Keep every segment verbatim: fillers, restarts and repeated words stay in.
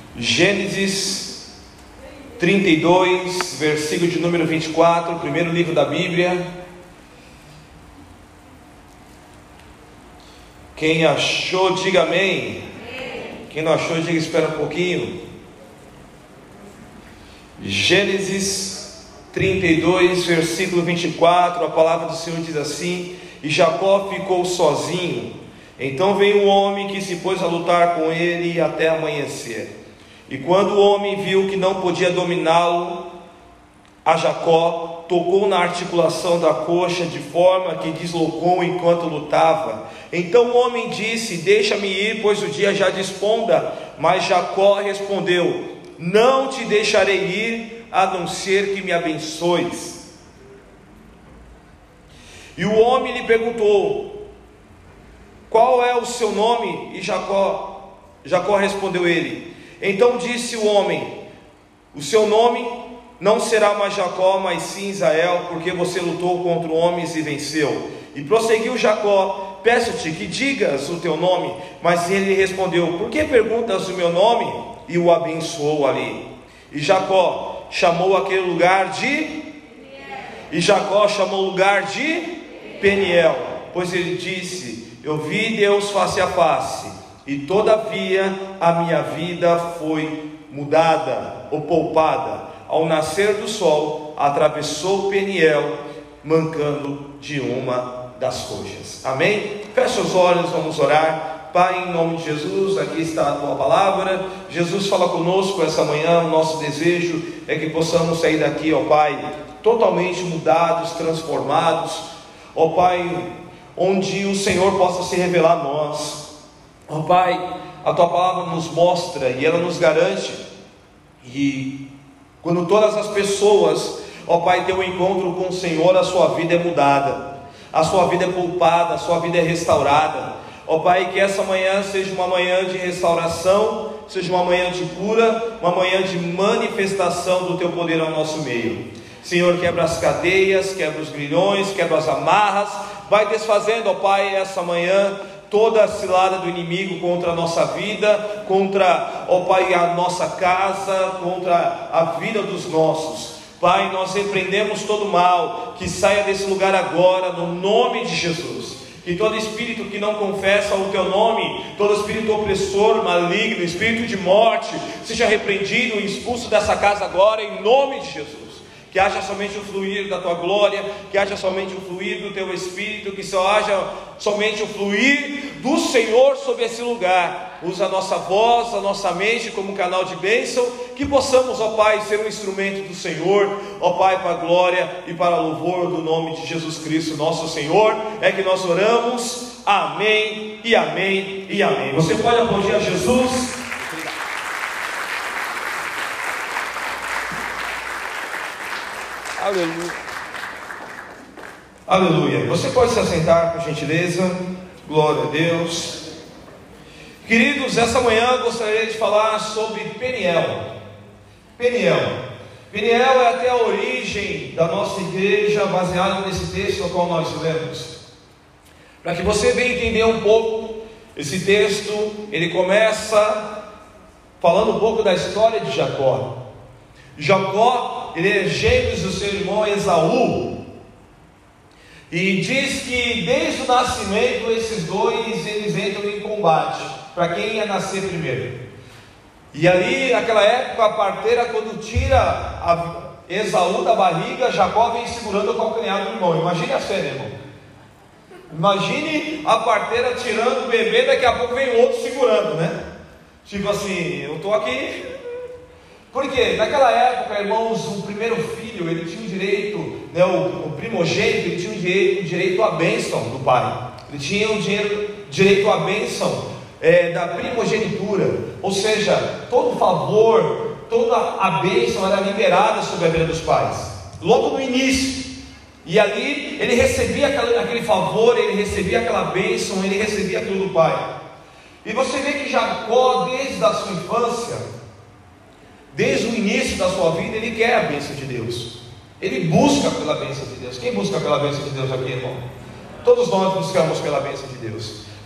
Gênesis trinta e dois, versículo de número vinte e quatro, primeiro livro da Bíblia. Quem achou, diga amém. Quem não achou, diga espera um pouquinho. Gênesis trinta e dois, versículo vinte e quatro, a palavra do Senhor diz assim: e Jacó ficou sozinho. Então veio um homem que se pôs a lutar com ele até amanhecer. E quando o homem viu que não podia dominá-lo, a Jacó tocou na articulação da coxa, de forma que deslocou enquanto lutava. Então o homem disse: deixa-me ir, pois o dia já desponda. Mas Jacó respondeu: não te deixarei ir, a não ser que me abençoes. E o homem lhe perguntou: qual é o seu nome? E Jacó, Jacó respondeu ele. Então disse o homem: o seu nome não será mais Jacó, mas sim Israel, porque você lutou contra homens e venceu. E prosseguiu Jacó: peço-te que digas o teu nome. Mas ele respondeu: por que perguntas o meu nome? E o abençoou ali. E Jacó chamou aquele lugar de E Jacó chamou o lugar de Peniel, pois ele disse: eu vi Deus face a face, e todavia a minha vida foi mudada ou poupada. Ao nascer do sol, atravessou Peniel, mancando de uma das coxas. Amém? Feche os olhos, vamos orar. Pai, em nome de Jesus, aqui está a tua palavra. Jesus, fala conosco essa manhã. O nosso desejo é que possamos sair daqui, ó Pai, totalmente mudados, transformados, ó Pai, onde o Senhor possa se revelar a nós. Ó Pai, a tua palavra nos mostra e ela nos garante, e quando todas as pessoas, ó Pai, têm um encontro com o Senhor, a sua vida é mudada, a sua vida é poupada, a sua vida é restaurada. Ó Pai, que essa manhã seja uma manhã de restauração, seja uma manhã de cura, uma manhã de manifestação do teu poder ao nosso meio. Senhor, quebra as cadeias, quebra os grilhões, quebra as amarras, vai desfazendo, ó Pai, essa manhã toda a cilada do inimigo contra a nossa vida, contra, ó Pai, a nossa casa, contra a vida dos nossos. Pai, nós repreendemos todo mal, que saia desse lugar agora, no nome de Jesus. Que todo espírito que não confessa o teu nome, todo espírito opressor, maligno, espírito de morte, seja repreendido e expulso dessa casa agora, em nome de Jesus. Que haja somente o fluir da tua glória, que haja somente o fluir do teu Espírito, que só haja somente o fluir do Senhor sobre esse lugar. Usa a nossa voz, a nossa mente como canal de bênção, que possamos, ó Pai, ser um instrumento do Senhor, ó Pai, para a glória e para o louvor do nome de Jesus Cristo, nosso Senhor. É que nós oramos, amém, e amém, e amém. Você pode aplaudir a Jesus? Aleluia. Aleluia. Você pode se assentar, por gentileza. Glória a Deus. Queridos, essa manhã eu gostaria de falar sobre Peniel. Peniel. Peniel é até a origem da nossa igreja, baseado nesse texto ao qual nós lemos. Para que você venha entender um pouco esse texto, ele começa falando um pouco da história de Jacó. Jacó, ele é gêmeos do seu irmão Esaú, e diz que desde o nascimento esses dois eles entram em combate para quem ia nascer primeiro. E ali naquela época a parteira, quando tira a Esaú da barriga, Jacó vem segurando o calcanhar do irmão. Imagine a cena, irmão. Imagine a parteira tirando o bebê, daqui a pouco vem outro segurando, né? Tipo assim, eu estou aqui. Porque naquela época, irmãos, o primeiro filho, ele tinha o direito, né, o, o primogênito, ele tinha o direito, o direito à bênção do pai. Ele tinha o dinheiro, direito à bênção é, da primogenitura. Ou seja, todo favor, toda a bênção era liberada sobre a vida dos pais, logo no início. E ali ele recebia aquele, aquele favor, ele recebia aquela bênção, ele recebia aquilo do pai. E você vê que Jacó, desde a sua infância, desde o início da sua vida, ele quer a bênção de Deus. Ele busca pela bênção de Deus. Quem busca pela bênção de Deus aqui, irmão? Todos nós buscamos pela bênção de Deus.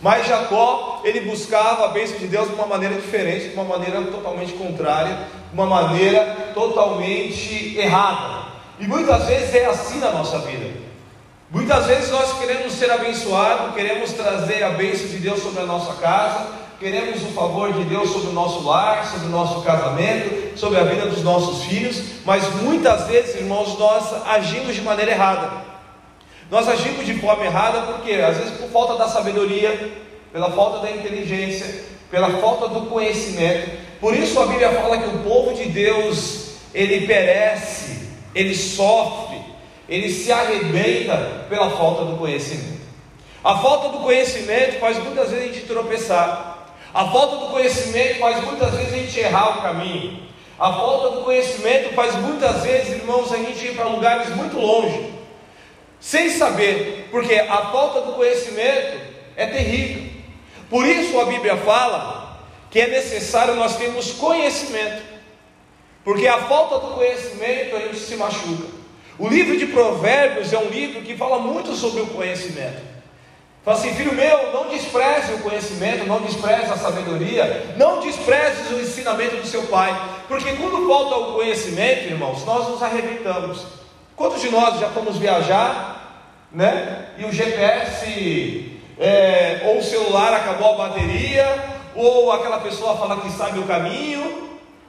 Mas Jacó, ele buscava a bênção de Deus de uma maneira diferente, de uma maneira totalmente contrária, de uma maneira totalmente errada. E muitas vezes é assim na nossa vida. Muitas vezes nós queremos ser abençoados, queremos trazer a bênção de Deus sobre a nossa casa, queremos o favor de Deus sobre o nosso lar, sobre o nosso casamento, sobre a vida dos nossos filhos, mas muitas vezes, irmãos, nós agimos de maneira errada. Nós agimos de forma errada porque, às vezes, por falta da sabedoria, pela falta da inteligência, pela falta do conhecimento. Por isso a Bíblia fala que o povo de Deus, ele perece, ele sofre, ele se arrebenta pela falta do conhecimento. A falta do conhecimento faz muitas vezes a gente tropeçar. A falta do conhecimento faz muitas vezes a gente errar o caminho. A falta do conhecimento faz muitas vezes, irmãos, a gente ir para lugares muito longe, sem saber, porque a falta do conhecimento é terrível. Por isso a Bíblia fala que é necessário nós termos conhecimento, porque a falta do conhecimento a gente se machuca. O livro de Provérbios é um livro que fala muito sobre o conhecimento. Fala assim: filho meu, não despreze o conhecimento, não despreze a sabedoria, não desprezes o ensinamento do seu pai, porque quando falta o conhecimento, irmãos, nós nos arrebentamos. Quantos de nós já fomos viajar, né? E o G P S, é, ou o celular acabou a bateria, ou aquela pessoa fala que sabe o caminho,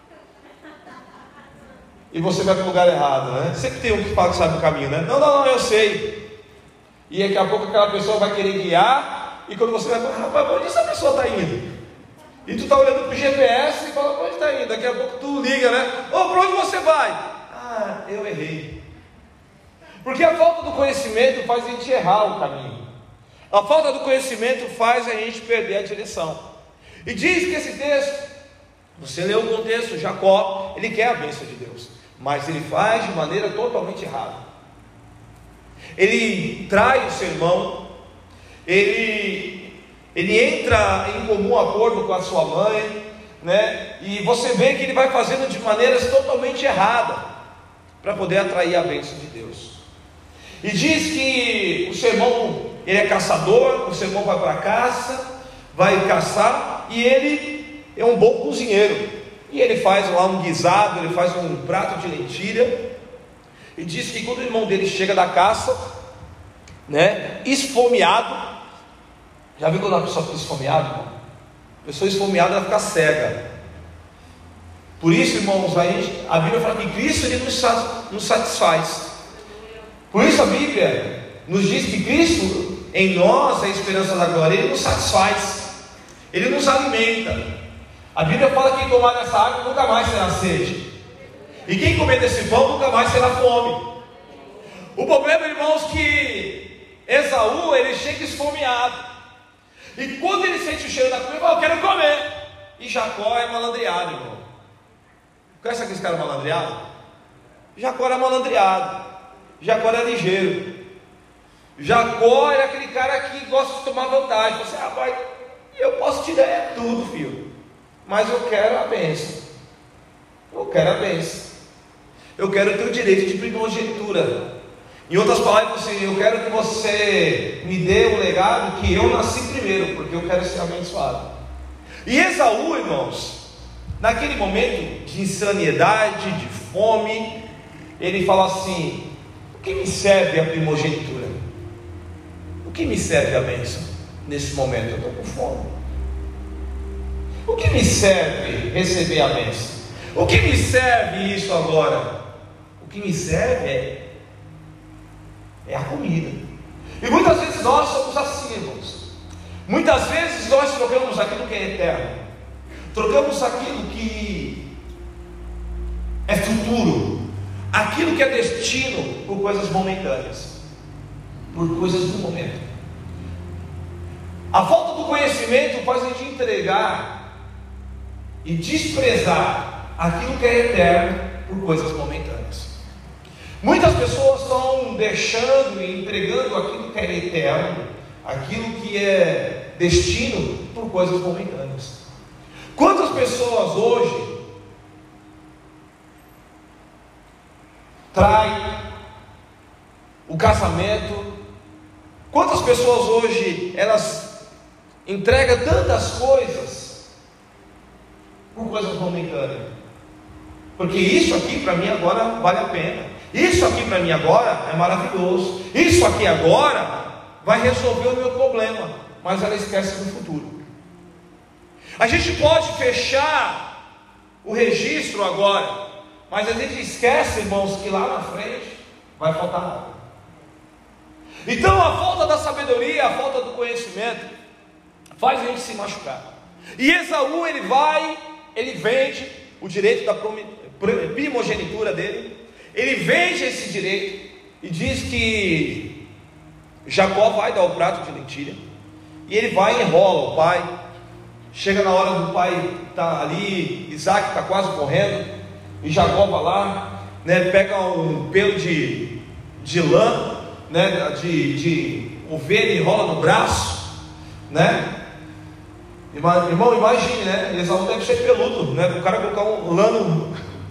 e você vai para o lugar errado, né? Sempre tem um que fala que sabe o caminho, né? Não, não, não, eu sei. E daqui a pouco aquela pessoa vai querer guiar, e quando você vai falar: rapaz, onde essa pessoa está indo? E tu está olhando para o G P S e fala: para onde está indo? Daqui a pouco tu liga, né? Ô, para onde você vai? Ah, eu errei. Porque a falta do conhecimento faz a gente errar o caminho. A falta do conhecimento faz a gente perder a direção. E diz que esse texto, você leu o contexto, Jacó, ele quer a bênção de Deus, mas ele faz de maneira totalmente errada. Ele trai o seu irmão, ele, ele entra em comum acordo com a sua mãe, né? E você vê que ele vai fazendo de maneiras totalmente erradas para poder atrair a bênção de Deus. E diz que o seu irmão, ele é caçador, o seu irmão vai para a caça, vai caçar, e ele é um bom cozinheiro, e ele faz lá um guisado, ele faz um prato de lentilha, e diz que quando o irmão dele chega da caça, né, esfomeado, já viu quando a pessoa fica esfomeada, irmão? A pessoa esfomeada, ela fica cega. Por isso, irmãos, a, gente, a Bíblia fala que Cristo, ele nos, nos satisfaz. Por isso a Bíblia nos diz que Cristo em nós é a esperança da glória. Ele nos satisfaz, Ele nos alimenta. A Bíblia fala que quem tomar dessa água nunca mais será sede, e quem comer desse pão nunca mais será fome. O problema, irmãos, que Esaú, ele chega esfomeado, e quando ele sente o cheiro da comida, ele fala: eu quero comer. E Jacó é malandreado, irmão. Conhece aqueles caras malandreados? Jacó era malandreado, Jacó era ligeiro, Jacó era aquele cara que gosta de tomar vantagem. Você: ah, pai, eu posso te dar tudo, filho, mas eu quero a bênção. Eu quero a bênção. Eu quero ter o direito de primogenitura. Em outras palavras, assim, eu quero que você me dê o legado que eu nasci primeiro, porque eu quero ser abençoado. E Esaú, irmãos, naquele momento de insanidade, de fome, ele fala assim: o que me serve a primogenitura? O que me serve a bênção? Nesse momento eu estou com fome. O que me serve receber a bênção? O que me serve isso agora? O que me serve é, é a comida. E muitas vezes nós somos assim, irmãos. Muitas vezes nós trocamos aquilo que é eterno, trocamos aquilo que é futuro, aquilo que é destino, por coisas momentâneas, por coisas do momento. A falta do conhecimento faz a gente entregar e desprezar aquilo que é eterno por coisas momentâneas. Muitas pessoas estão deixando e entregando aquilo que é eterno, aquilo que é destino, por coisas momentâneas. Quantas pessoas hoje traem o casamento? Quantas pessoas hoje elas entrega tantas coisas por coisas momentâneas. Porque isso aqui para mim agora vale a pena. Isso aqui para mim agora é maravilhoso. Isso aqui agora vai resolver o meu problema. Mas ela esquece do futuro. A gente pode fechar o registro agora, mas a gente esquece, irmãos, que lá na frente vai faltar água. Então a falta da sabedoria, a falta do conhecimento faz a gente se machucar. E Esaú, ele vai, ele vende o direito da primogenitura dele. Ele vende esse direito e diz que Jacó vai dar o prato de lentilha. E ele vai e enrola o pai. Chega na hora do pai estar tá ali, Isaac está quase morrendo, e Jacó vai lá, né, pega um pelo de, de lã, né, de, de ovelha, e enrola no braço, né? Irmão, imagine, né? Esaú deve ser peludo, né? O cara colocar um lã no...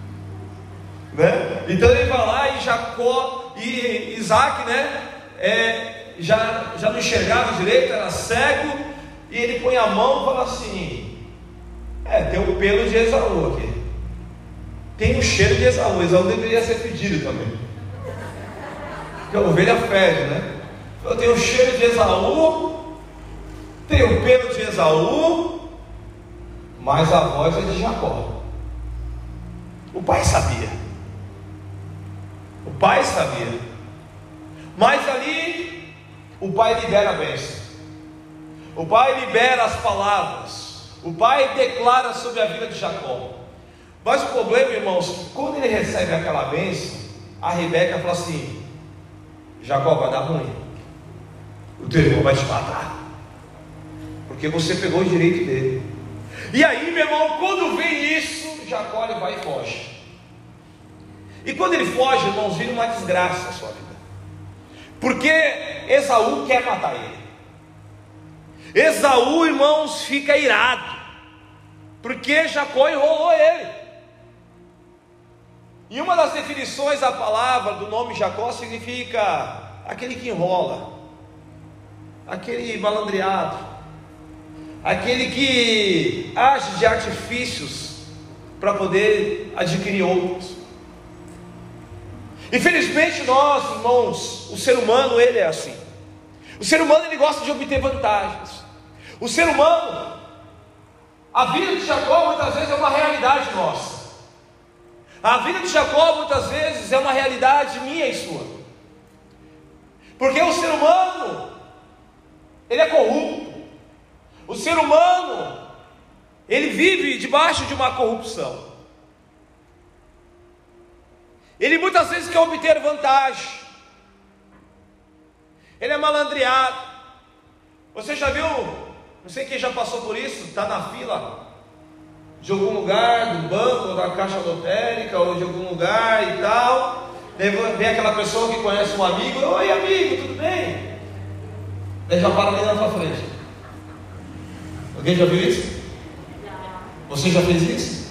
né? Então ele vai lá e Jacó e Isaac, né? É, já, já não enxergava direito, era cego. E ele põe a mão e fala assim: é, tem o pelo de Esaú aqui, tem o cheiro de Esaú. Esaú deveria ser pedido também, porque a ovelha fede, né? Eu tenho o cheiro de Esaú, tem o pelo de Esaú, mas a voz é de Jacó. O pai sabia, o pai sabia, mas ali o pai libera a bênção. O pai libera as palavras, o pai declara sobre a vida de Jacó. Mas o problema, irmãos, que quando ele recebe aquela bênção, a Rebeca fala assim: Jacó, vai dar ruim, o teu irmão vai te matar, porque você pegou o direito dele. E aí, meu irmão, quando vem isso, Jacó ele vai e foge. E quando ele foge, irmãos, vira uma desgraça a sua vida, porque Esaú quer matar ele. Esaú, irmãos, fica irado, porque Jacó enrolou ele. E uma das definições da palavra do nome Jacó significa aquele que enrola, aquele malandreado, aquele que age de artifícios para poder adquirir outros. Infelizmente nós, irmãos, o ser humano ele é assim. O ser humano ele gosta de obter vantagens. O ser humano, a vida de Jacó muitas vezes é uma realidade nossa. A vida de Jacó muitas vezes é uma realidade minha e sua. Porque o ser humano, ele é corrupto. O ser humano, ele vive debaixo de uma corrupção. Ele muitas vezes quer obter vantagem. Ele é malandreado. Você já viu, não sei quem já passou por isso, está na fila de algum lugar, do banco, ou da caixa lotérica, ou de algum lugar e tal. Daí vem aquela pessoa que conhece um amigo: oi amigo, tudo bem? Daí já para ali na sua frente. Alguém já viu isso? Você já fez isso?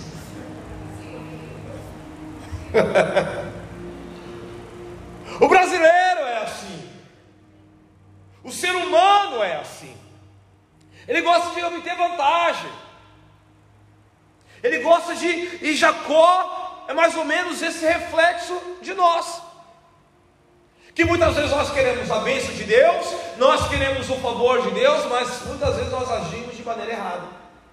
O brasileiro é assim. O ser humano é assim. Ele gosta de obter vantagem. Ele gosta de... E Jacó é mais ou menos esse reflexo de nós. Que muitas vezes nós queremos a bênção de Deus, nós queremos o favor de Deus, mas muitas vezes nós agimos de maneira errada.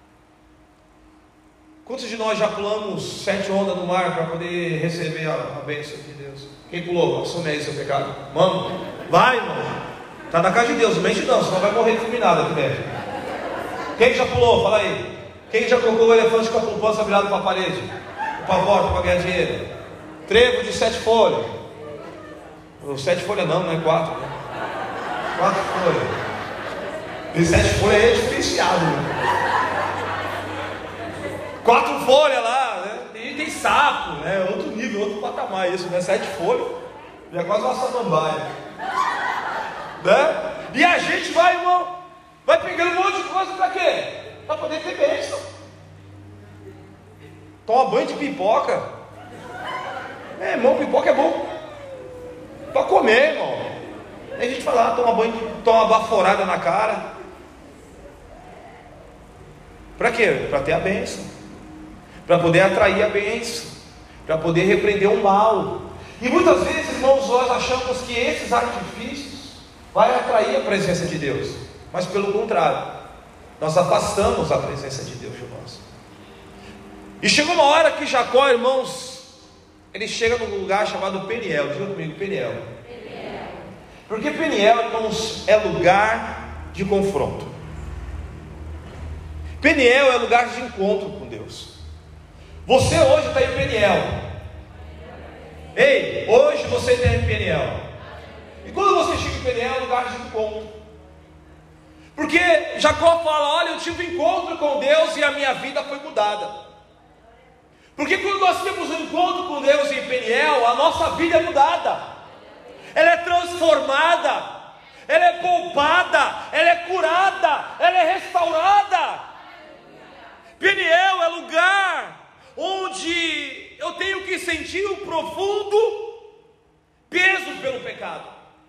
Quantos de nós já pulamos sete ondas no mar para poder receber a, a bênção de Deus? Quem pulou? Assume aí seu pecado. Vamos? Vai, irmão. Está na casa de Deus, não mente não, senão vai morrer fulminado aqui dentro. Quem já pulou? Fala aí. Quem já colocou o elefante com a poupança virado para a parede? Para a porta para ganhar dinheiro? Trevo de sete folhas. Ou sete folhas não, não é quatro, né? Quatro folhas. E sete folhas é diferenciado, né? Quatro folhas lá, né? E tem sapo, né? Outro nível, outro patamar isso, né? Sete folhas, já é quase uma samambaia, né? E a gente vai, irmão, vai pegando um monte de coisa para quê? Para poder ter bênção. Toma banho de pipoca. É, irmão, pipoca é bom para comer, irmão. Aí a gente fala, ah, toma banho, toma uma baforada na cara. Para quê? Para ter a bênção, para poder atrair a bênção, para poder repreender o mal. E muitas vezes, irmãos, nós achamos que esses artifícios vai atrair a presença de Deus, mas pelo contrário, nós afastamos a presença de Deus, irmãos. E chegou uma hora que Jacó, irmãos, ele chega num lugar chamado Peniel. Diga comigo, Peniel. Peniel. Porque Peniel, irmãos, é lugar de confronto. Peniel é lugar de encontro com Deus. Você hoje está em Peniel. Ei, hoje você está em Peniel. E quando você chega em Peniel, é lugar de encontro. Porque Jacó fala: olha, eu tive um encontro com Deus e a minha vida foi mudada. Porque quando nós temos um encontro com Deus em Peniel, a nossa vida é mudada, ela é transformada, ela é poupada, ela é curada, ela é restaurada. Peniel é lugar onde eu tenho que sentir o profundo peso pelo pecado.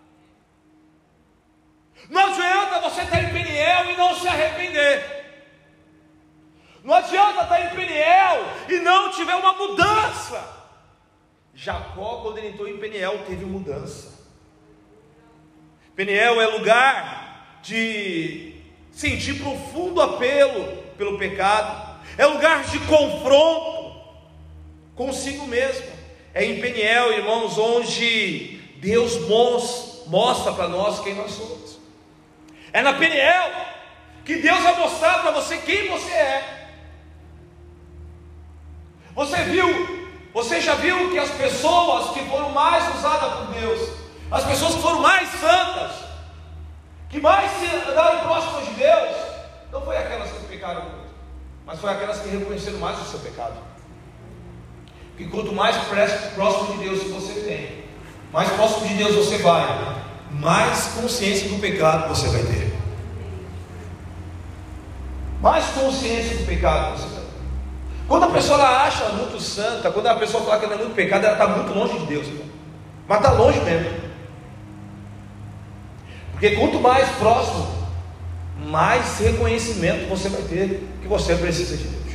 Não adianta você estar em Peniel e não se arrepender. Não adianta estar em Peniel e não tiver uma mudança. Jacó, quando ele entrou em Peniel, teve mudança. Peniel é lugar de sentir profundo apelo pelo pecado, é lugar de confronto consigo mesmo. É em Peniel, irmãos, onde Deus mostra para nós quem nós somos. É na Peniel que Deus vai mostrar para você quem você é. Você viu, você já viu que as pessoas que foram mais usadas por Deus, as pessoas que foram mais santas, que mais se andaram próximas de Deus, não foi aquelas que pecaram muito, mas foi aquelas que reconheceram mais o seu pecado. Porque quanto mais próximo de Deus você tem, mais próximo de Deus você vai, mais consciência do pecado você vai ter. Mais consciência do pecado você vai ter. Quando a pessoa ela acha muito santa, quando a pessoa fala que ela é muito pecado, ela está muito longe de Deus, irmão. Mas está longe mesmo. Porque quanto mais próximo, mais reconhecimento você vai ter que você precisa de Deus.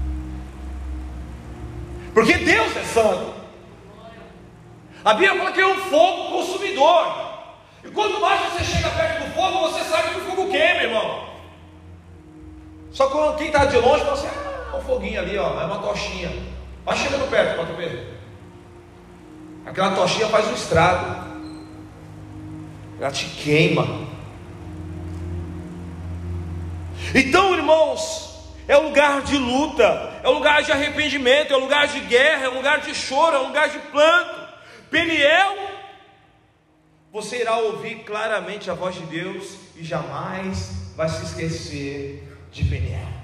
Porque Deus é santo. A Bíblia fala que é um fogo consumidor. E quanto mais você chega perto do fogo, você sabe que o fogo queima, irmão. Só que quem está de longe fala assim: ah, um foguinho ali, ó, é uma tochinha. Vai chegando perto para tu ver. Aquela tochinha faz um estrago. Ela te queima. Então, irmãos, é um lugar de luta, é um lugar de arrependimento, é um lugar de guerra, é um lugar de choro, é um lugar de planto. Peniel, você irá ouvir claramente a voz de Deus e jamais vai se esquecer de Peniel.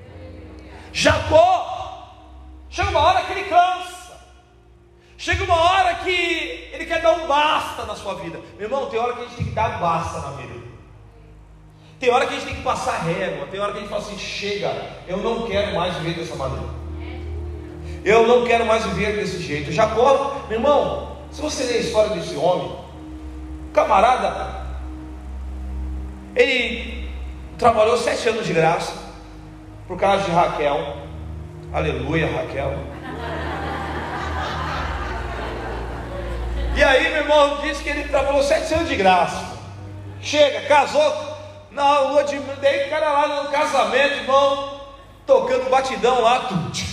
Jacó, chega uma hora que ele cansa, chega uma hora que ele quer dar um basta na sua vida. Meu irmão, tem hora que a gente tem que dar basta na vida. Tem hora que a gente tem que passar régua. Tem hora que a gente fala assim: chega, eu não quero mais viver dessa maneira, eu não quero mais viver desse jeito. Jacó, meu irmão, se você ler a história desse homem, camarada, ele trabalhou sete anos de graça por causa de Raquel. Aleluia, Raquel. E aí, meu irmão, disse que ele trabalhou sete anos de graça. Chega, casou. Na lua de daí o cara lá no casamento, irmão, tocando batidão lá.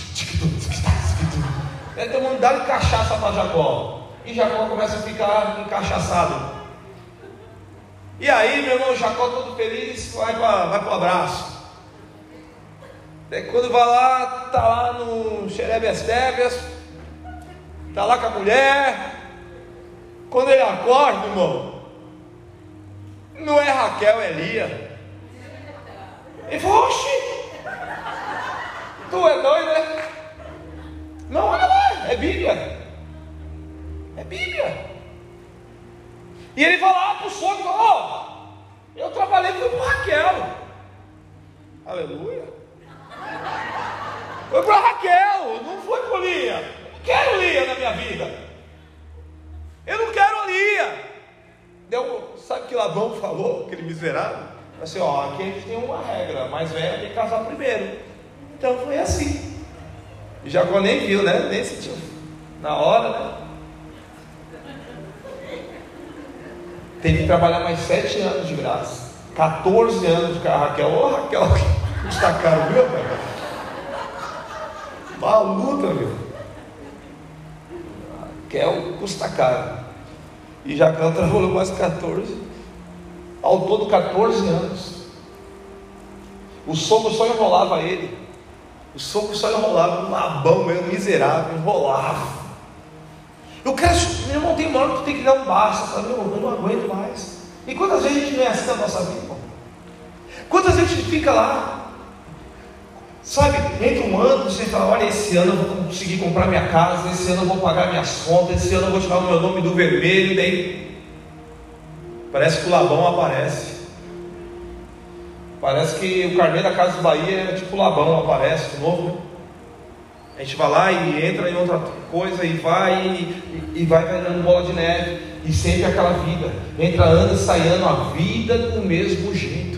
Ele tem um dado de cachaça para Jacó. E Jacó começa a ficar encachaçado. E aí, meu irmão, Jacó todo feliz, vai para vai o abraço. Daí quando vai lá, tá lá no xerebias-tébias, tá lá com a mulher. Quando ele acorda, irmão, não é Raquel, é Lia. Ele falou: oxi, tu é doido, né? Não, olha lá, é Bíblia. É Bíblia. E ele vai lá pro sogro e fala: ó, oh, eu trabalhei com Raquel. Aleluia. Foi para Raquel, não foi para Lia. Eu não quero Lia na minha vida. Eu não quero Lia. Deu, sabe o que Labão falou, aquele miserável? Assim: ó, aqui a gente tem uma regra: mais velho tem que casar primeiro. Então foi assim. E Jacó nem viu, né? Nem sentiu. Na hora, né? Teve que trabalhar mais sete anos de graça. quatorze anos de Raquel. Ô, Raquel, custa caro, viu? Uma luta, viu? Raquel custa caro. E Jacó trabalhou mais quatorze. Ao todo quatorze anos. O sogro só enrolava ele. O sogro só enrolava. Um Labão mesmo, miserável, enrolava. Eu quero, meu irmão, tem uma hora que tu tem que dar um basta. Sabe? Eu não aguento mais. E quantas vezes a gente não é assim na nossa vida, irmão? Quantas vezes a gente fica lá, sabe, entra um ano, você fala, olha, esse ano eu vou conseguir comprar minha casa, esse ano eu vou pagar minhas contas, esse ano eu vou tirar o meu nome do vermelho, daí parece que o Labão aparece. Parece que o carnê da Casa do Bahia é tipo o Labão, aparece de novo, né? A gente vai lá e entra em outra coisa e vai e, e vai ganhando bola de neve. E sempre aquela vida, entra ano e sai ano, a vida do mesmo jeito.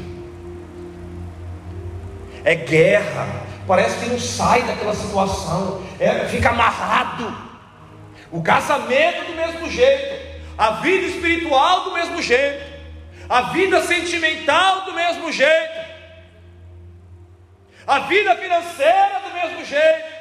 É guerra, parece que não sai daquela situação, é, fica amarrado. O casamento do mesmo jeito, a vida espiritual do mesmo jeito, a vida sentimental do mesmo jeito, a vida financeira do mesmo jeito.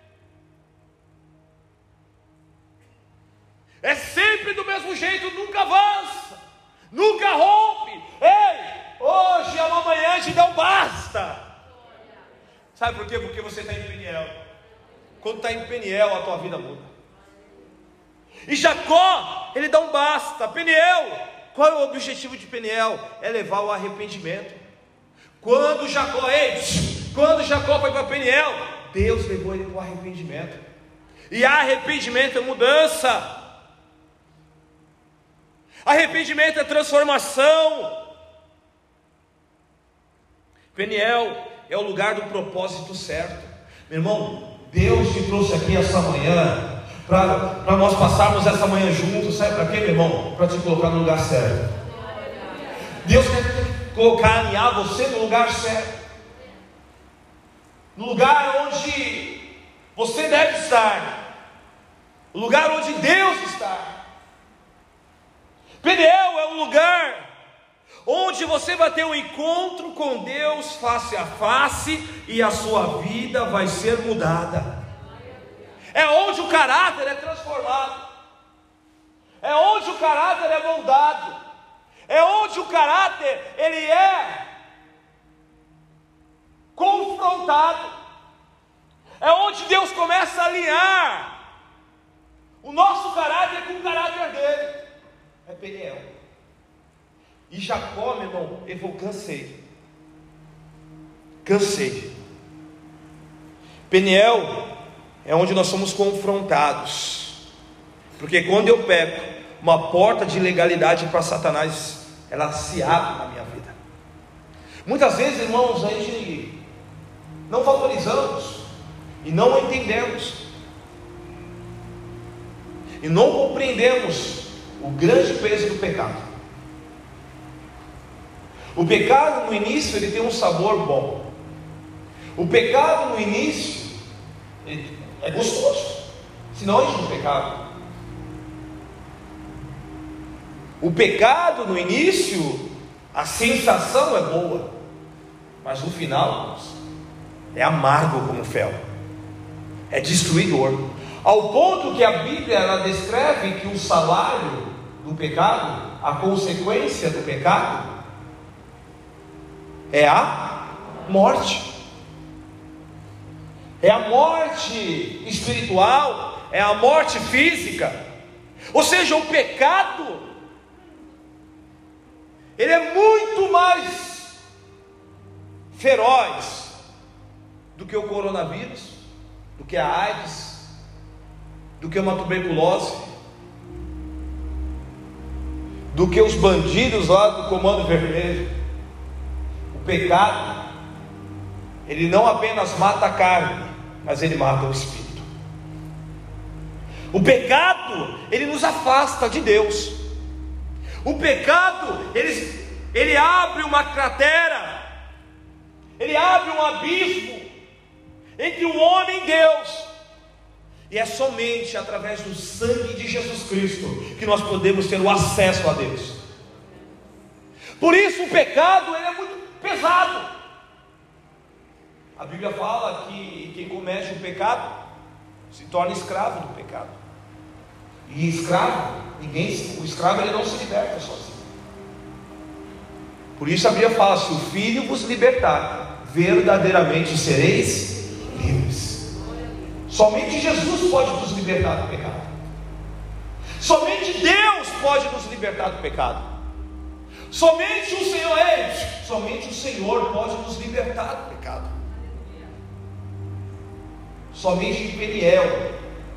É sempre do mesmo jeito, nunca avança, nunca rompe. Ei, hoje é uma manhã de não basta. Sabe por quê? Porque você está em Peniel. Quando está em Peniel, a tua vida muda. E Jacó, ele dá um basta. Peniel, qual é o objetivo de Peniel? É levar o arrependimento. Quando Jacó, ei, quando Jacó foi para Peniel, Deus levou ele para o arrependimento. E arrependimento é mudança. Arrependimento é transformação. Peniel é o lugar do propósito certo. Meu irmão, Deus te trouxe aqui essa manhã para nós passarmos essa manhã juntos. Sabe para quê, meu irmão? Para te colocar no lugar certo. Deus quer colocar, alinhar você no lugar certo, no lugar onde você deve estar, no lugar onde Deus está. Peniel é um lugar onde você vai ter um encontro com Deus face a face e a sua vida vai ser mudada. É onde o caráter é transformado, é onde o caráter é moldado, é onde o caráter ele é confrontado, é onde Deus começa a alinhar o nosso caráter com o caráter dele. É Peniel. E Jacó, meu irmão, ele falou, cansei. Cansei. Peniel é onde nós somos confrontados. Porque quando eu peco, uma porta de legalidade para Satanás, ela se abre na minha vida. Muitas vezes, irmãos, a gente não valorizamos e não entendemos e não compreendemos o grande peso do pecado. O pecado no início ele tem um sabor bom. O pecado no início ele é gostoso, senão a gente não pecava. O pecado no início, a sensação é boa, mas no final é amargo como fel, é destruidor. Ao ponto que a Bíblia ela descreve que o salário do pecado, a consequência do pecado, é a morte. É a morte espiritual, é a morte física. Ou seja, o pecado, ele é muito mais feroz do que o coronavírus, do que a AIDS, do que uma tuberculose, do que os bandidos lá do Comando Vermelho. O pecado, ele não apenas mata a carne, mas ele mata o espírito. O pecado, ele nos afasta de Deus. O pecado, ele, ele abre uma cratera, ele abre um abismo entre o homem e Deus, e é somente através do sangue de Jesus Cristo que nós podemos ter o acesso a Deus. Por isso o pecado ele é muito pesado. A Bíblia fala que quem comete o pecado se torna escravo do pecado. E escravo, ninguém, o escravo ele não se liberta sozinho. Por isso a Bíblia fala: se o Filho vos libertar, verdadeiramente sereis livres. Somente Jesus pode nos libertar do pecado. Somente Deus pode nos libertar do pecado. Somente o Senhor é, somente o Senhor pode nos libertar do pecado. Somente em Peniel,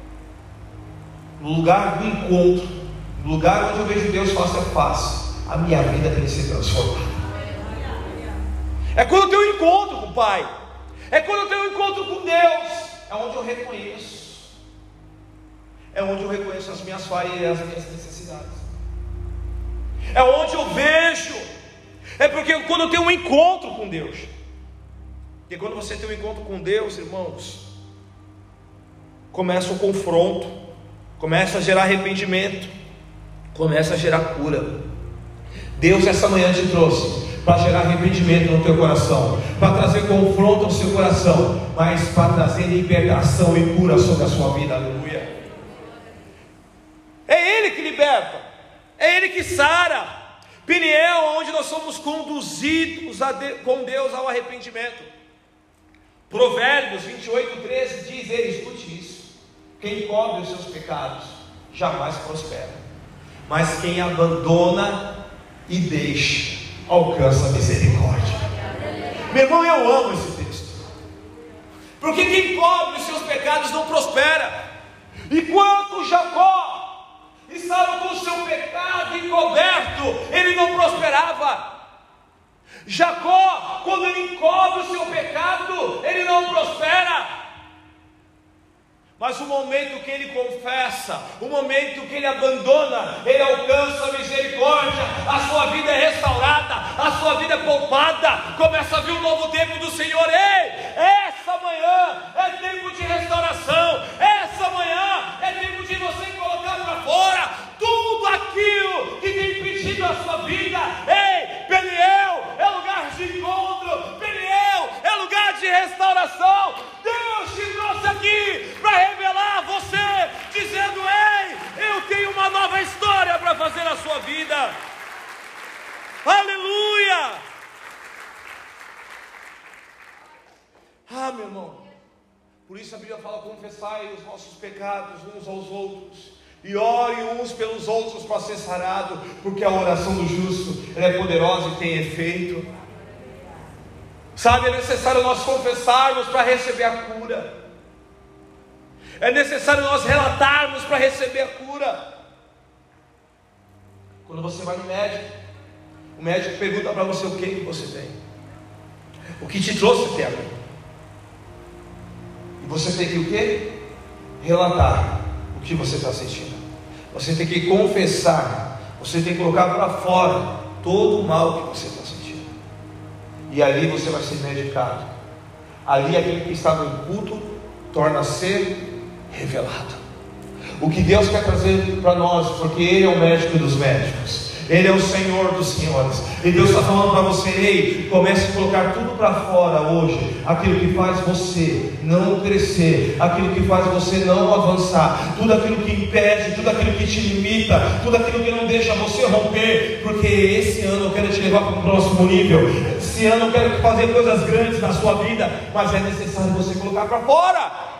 no lugar do encontro, no lugar onde eu vejo Deus face a face, a minha vida tem que ser transformada. É quando eu tenho um encontro com o Pai, é quando eu tenho um encontro com Deus, é onde eu reconheço, é onde eu reconheço as minhas falhas e as minhas necessidades, é onde eu vejo, é porque quando eu tenho um encontro com Deus, porque quando você tem um encontro com Deus, irmãos, começa o confronto, começa a gerar arrependimento, começa a gerar cura. Deus essa manhã te trouxe para gerar arrependimento no teu coração, para trazer confronto ao seu coração, mas para trazer libertação e cura sobre a sua vida. Aleluia. É Ele que liberta, é Ele que sara. Peniel, onde nós somos conduzidos a de, com Deus ao arrependimento. Provérbios vinte e oito, treze diz ele, escute isso: quem cobre os seus pecados jamais prospera, mas quem abandona e deixa alcança a misericórdia. Meu irmão, eu amo esse texto, porque quem cobre os seus pecados não prospera. Enquanto Jacó estava com o seu pecado encoberto, ele não prosperava. Jacó, quando ele encobre o seu pecado, ele não prospera. Mas o momento que ele confessa, o momento que ele abandona, ele alcança a misericórdia, a sua vida é restaurada, a sua vida é poupada, começa a vir um novo tempo do Senhor. Ei, essa manhã é tempo de restauração, essa manhã é tempo de você colocar para fora tudo aquilo que tem impedido a sua vida. Ei, Peniel é lugar de encontro, Peniel é lugar de restauração. Deus te trouxe aqui para revelar a você, dizendo: ei, eu tenho uma nova história para fazer na sua vida. Aleluia! Ah, meu irmão, por isso a Bíblia fala: confessai os vossos pecados uns aos outros, e ore uns pelos outros para ser sarado, porque a oração do justo ela é poderosa e tem efeito. Sabe, é necessário nós confessarmos para receber a cura, é necessário nós relatarmos para receber a cura. Quando você vai no médico, o médico pergunta para você o que, que você tem, o que te trouxe até agora, e você tem que o quê? Relatar o que você está sentindo. Você tem que confessar, você tem que colocar para fora todo o mal que você está sentindo, e ali você vai ser medicado. Ali aquele que estava oculto torna a ser revelado. O que Deus quer trazer para nós, porque Ele é o médico dos médicos, Ele é o Senhor dos senhores, e Deus está falando para você: ei, comece a colocar tudo para fora hoje, aquilo que faz você não crescer, aquilo que faz você não avançar, tudo aquilo que impede, tudo aquilo que te limita, tudo aquilo que não deixa você romper, porque esse ano eu quero te levar para o próximo nível, esse ano eu quero fazer coisas grandes na sua vida, mas é necessário você colocar para fora,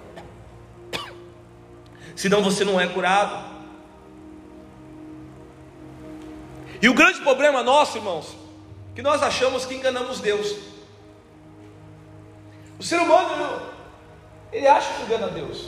senão você não é curado. E o grande problema nosso, irmãos, que nós achamos que enganamos Deus. O ser humano, ele acha que engana Deus.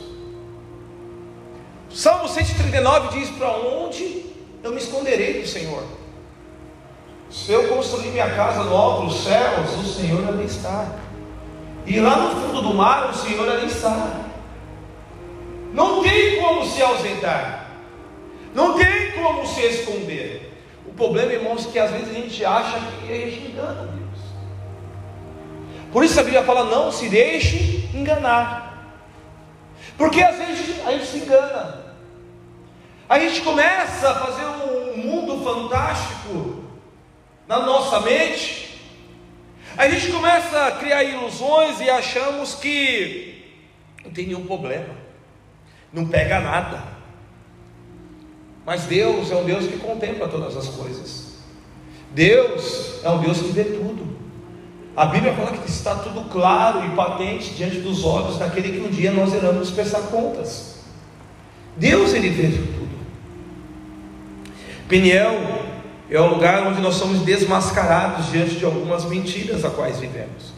Salmo cento e trinta e nove diz: para onde eu me esconderei do Senhor? Se eu construir minha casa no alto dos céus, o Senhor ali está, e lá no fundo do mar, o Senhor ali está. Não tem como se ausentar, não tem como se esconder. O problema, irmãos, é que às vezes a gente acha que a gente engana Deus. Por isso a Bíblia fala: não se deixe enganar, porque às vezes a gente se engana, a gente começa a fazer um mundo fantástico na nossa mente, a gente começa a criar ilusões e achamos que não tem nenhum problema, não pega nada. Mas Deus é um Deus que contempla todas as coisas. Deus é um Deus que vê tudo. A Bíblia fala que está tudo claro e patente diante dos olhos daquele que um dia nós iremos prestar contas. Deus, Ele vê tudo. Peniel é o lugar onde nós somos desmascarados diante de algumas mentiras a quais vivemos.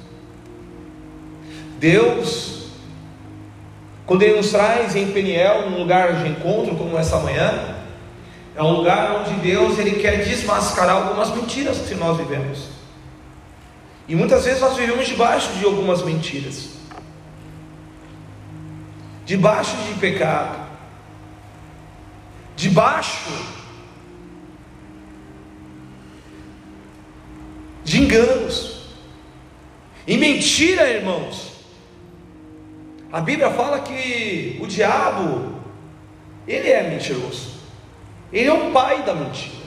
Deus, quando Ele nos traz em Peniel, um lugar de encontro como essa manhã, é um lugar onde Deus Ele quer desmascarar algumas mentiras que nós vivemos. E muitas vezes nós vivemos debaixo de algumas mentiras, debaixo de pecado, debaixo de enganos. E mentira, irmãos, a Bíblia fala que o diabo, ele é mentiroso, ele é o pai da mentira.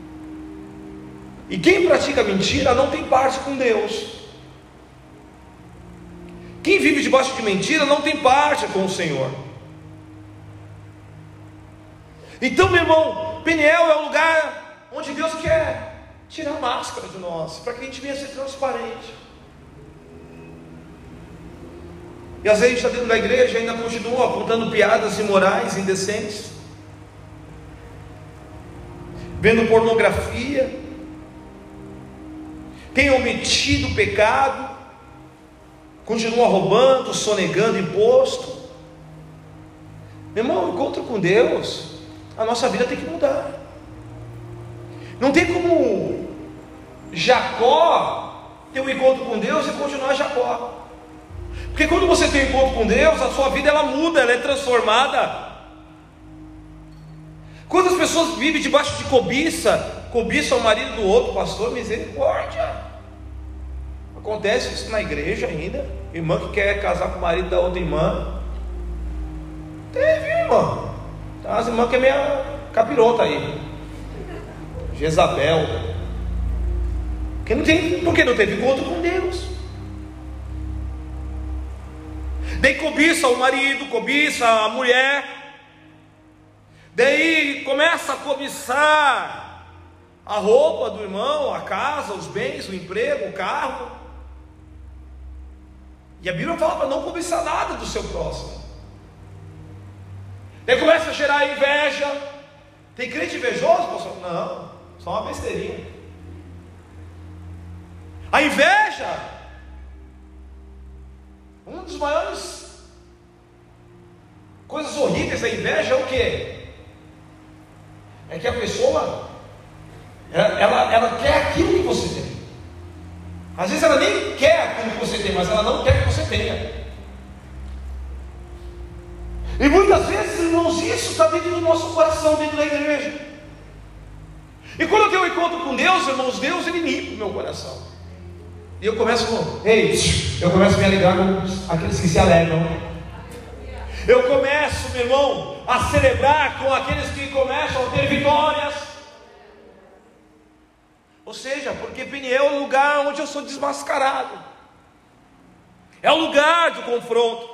E quem pratica mentira não tem parte com Deus. Quem vive debaixo de mentira não tem parte com o Senhor. Então, meu irmão, Peniel é o lugar onde Deus quer tirar a máscara de nós, para que a gente venha ser transparente. E às vezes a gente está dentro da igreja e ainda continua apontando piadas imorais, indecentes, vendo pornografia, tem omitido o pecado, continua roubando, sonegando imposto. Meu irmão, o encontro com Deus, a nossa vida tem que mudar. Não tem como Jacó ter um encontro com Deus e continuar Jacó, porque quando você tem um encontro com Deus, a sua vida ela muda, ela é transformada. Quantas pessoas vivem debaixo de cobiça, cobiça o marido do outro? Pastor, misericórdia. Acontece isso na igreja ainda. Irmã que quer casar com o marido da outra irmã. Teve, irmã. Tá, as irmãs que é meia capirota aí, Jezabel. Porque não, tem, porque não teve encontro com Deus. Daí cobiça o marido, cobiça a mulher. Daí começa a cobiçar a roupa do irmão, a casa, os bens, o emprego, o carro. E a Bíblia fala para não cobiçar nada do seu próximo. Daí começa a gerar inveja. Tem crente invejoso, pastor? Não, só uma besteirinha. A inveja, um dos maiores coisas horríveis da inveja é o quê? É que a pessoa ela, ela, ela quer aquilo que você tem. Às vezes ela nem quer aquilo que você tem, mas ela não quer que você tenha. E muitas vezes, irmãos, isso está dentro do nosso coração, dentro da igreja. E quando eu tenho um encontro com Deus, irmãos, Deus Ele limpa o meu coração. E eu começo com, ei, eu começo a me alegrar com aqueles que se alegram. Eu começo, meu irmão, a celebrar com aqueles que começam a ter vitórias. Ou seja, porque Peniel é o lugar onde eu sou desmascarado, é o lugar de confronto.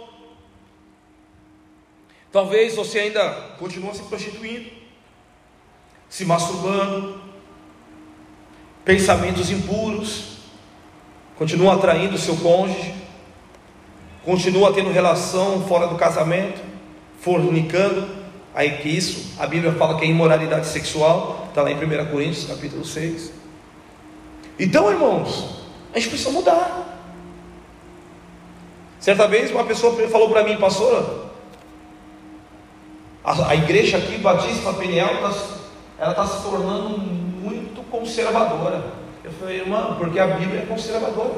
Talvez você ainda continue se prostituindo, se masturbando, pensamentos impuros, continua atraindo o seu cônjuge, continua tendo relação fora do casamento, fornicando. Aí que isso, a Bíblia fala que é imoralidade sexual, está lá em primeira Coríntios capítulo seis. Então, irmãos, a gente precisa mudar. Certa vez uma pessoa falou para mim, pastor, a, a igreja aqui, Batista Peniel, ela está se tornando muito conservadora. Eu falei, irmão, porque a Bíblia é conservadora.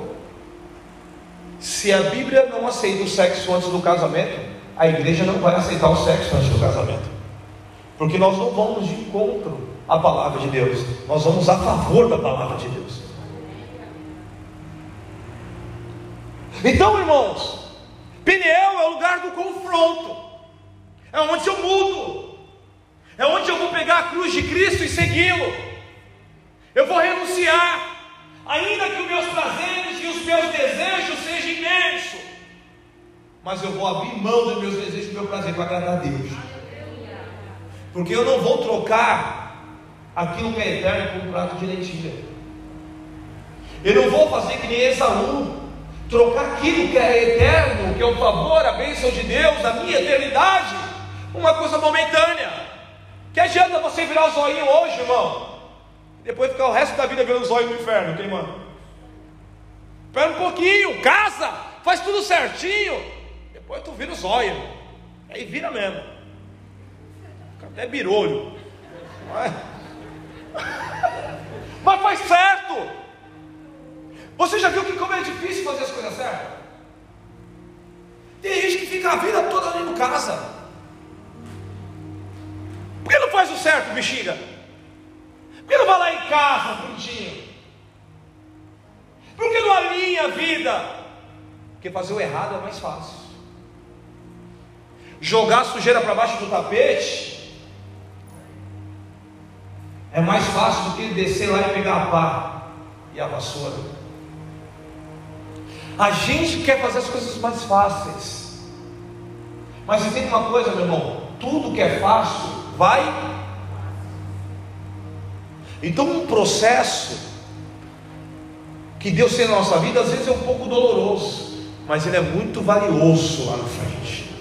Se a Bíblia não aceita o sexo antes do casamento, a igreja não vai aceitar o sexo antes do casamento, porque nós não vamos de encontro à palavra de Deus, nós vamos a favor da palavra de Deus. Então, irmãos, Peniel é o lugar do confronto, é onde eu mudo, é onde eu vou pegar a cruz de Cristo e segui-lo. Eu vou renunciar, ainda que os meus prazeres e os meus desejos sejam imensos, mas eu vou abrir mão dos meus desejos e do meu prazer para agradar a Deus, porque eu não vou trocar aquilo que é eterno por um prato de lentilha. Eu não vou fazer que nem Esaú, trocar aquilo que é eterno, que é o favor, a bênção de Deus, a minha eternidade, uma coisa momentânea. Que adianta você virar o zoinho hoje, irmão, e depois ficar o resto da vida vendo o zóio no inferno, queimando? Espera um pouquinho, casa, faz tudo certinho, depois tu vira o zóio, aí vira mesmo, fica até birolho, mas, mas faz certo. Você já viu que como é difícil fazer as coisas certas? Tem gente que fica a vida toda ali no casa. Por que não faz o certo, bexiga? Por que não vai lá em casa, bonitinho? Por que não alinha a vida? Porque fazer o errado é mais fácil. Jogar a sujeira para baixo do tapete é mais fácil do que descer lá e pegar a pá e a vassoura. A gente quer fazer as coisas mais fáceis, mas entende uma coisa, meu irmão, tudo que é fácil vai. Então um processo que Deus tem na nossa vida, às vezes é um pouco doloroso, mas ele é muito valioso lá na frente.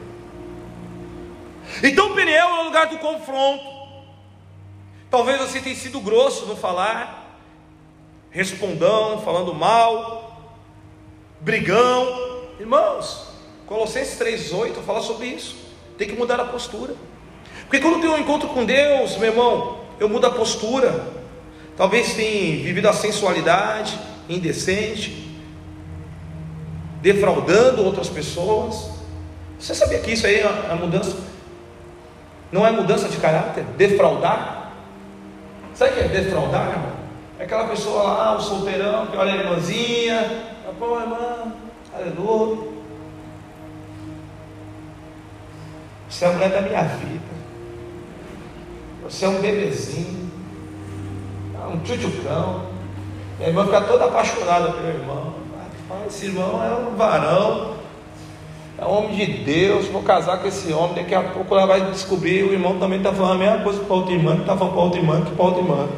Então Peniel é o lugar do confronto. Talvez você tenha sido grosso no falar, respondão, falando mal, brigão. Irmãos, Colossenses três oito fala sobre isso. Tem que mudar a postura, porque quando tem um encontro com Deus, meu irmão, eu mudo a postura. Talvez tenha vivido a sensualidade indecente, defraudando outras pessoas. Você sabia que isso aí é a mudança? Não é mudança de caráter? Defraudar? Sabe o que é defraudar, irmão? É aquela pessoa lá, o solteirão, que olha a irmãzinha, pô, irmã, aleluia, você é a mulher da minha vida, você é um bebezinho, um tchutchucão. Minha irmã fica toda apaixonada pelo irmão. Esse irmão é um varão, é um homem de Deus, vou casar com esse homem. Daqui a pouco ela vai descobrir, o irmão também está falando a mesma coisa para outra irmã, que está falando para outra irmã, que para outra irmã.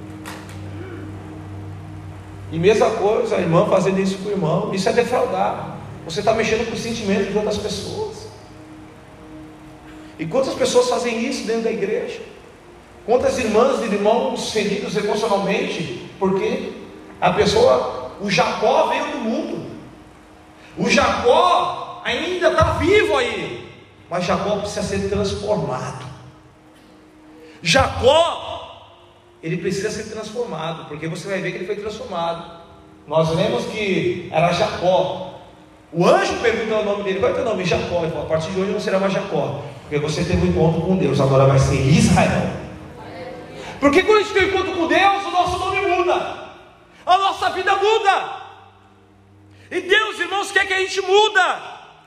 E mesma coisa, a irmã fazendo isso com o irmão. Isso é defraudar. Você está mexendo com os sentimentos de outras pessoas. E quantas pessoas fazem isso dentro da igreja? Quantas irmãs e irmãos feridos emocionalmente? Porque a pessoa, o Jacó veio do mundo. O Jacó ainda está vivo aí, mas Jacó precisa ser transformado. Jacó, ele precisa ser transformado, porque você vai ver que ele foi transformado. Nós lemos que era Jacó. O anjo perguntou o nome dele: qual é o teu nome? Jacó. Ele falou: a partir de hoje não será mais Jacó, porque você teve um encontro com Deus, agora vai ser Israel. Porque quando a gente tem um encontro com Deus, o nosso nome muda, a nossa vida muda. E Deus, irmãos, quer que a gente muda.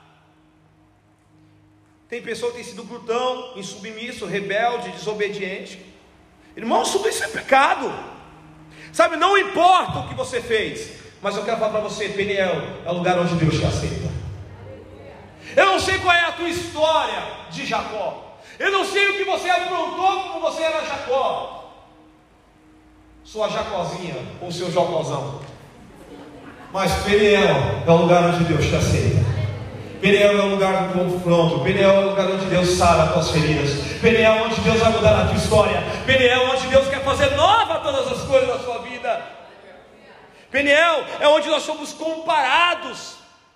Tem pessoa que tem sido glutão, insubmisso, rebelde, desobediente. Irmãos, tudo isso é pecado. Sabe, não importa o que você fez, mas eu quero falar para você: Peniel é o lugar onde Deus te aceita. Eu não sei qual é a tua história de Jacó, eu não sei o que você aprontou como você era Jacó, sua Jacózinha ou seu Jocózão, mas Peniel é o lugar onde Deus te aceita. Peniel é o lugar do confronto. Peniel é o lugar onde Deus sara as tuas feridas. Peniel é onde Deus vai mudar a tua história. Peniel é onde Deus quer fazer nova todas as coisas da sua vida. Peniel é onde nós somos comparados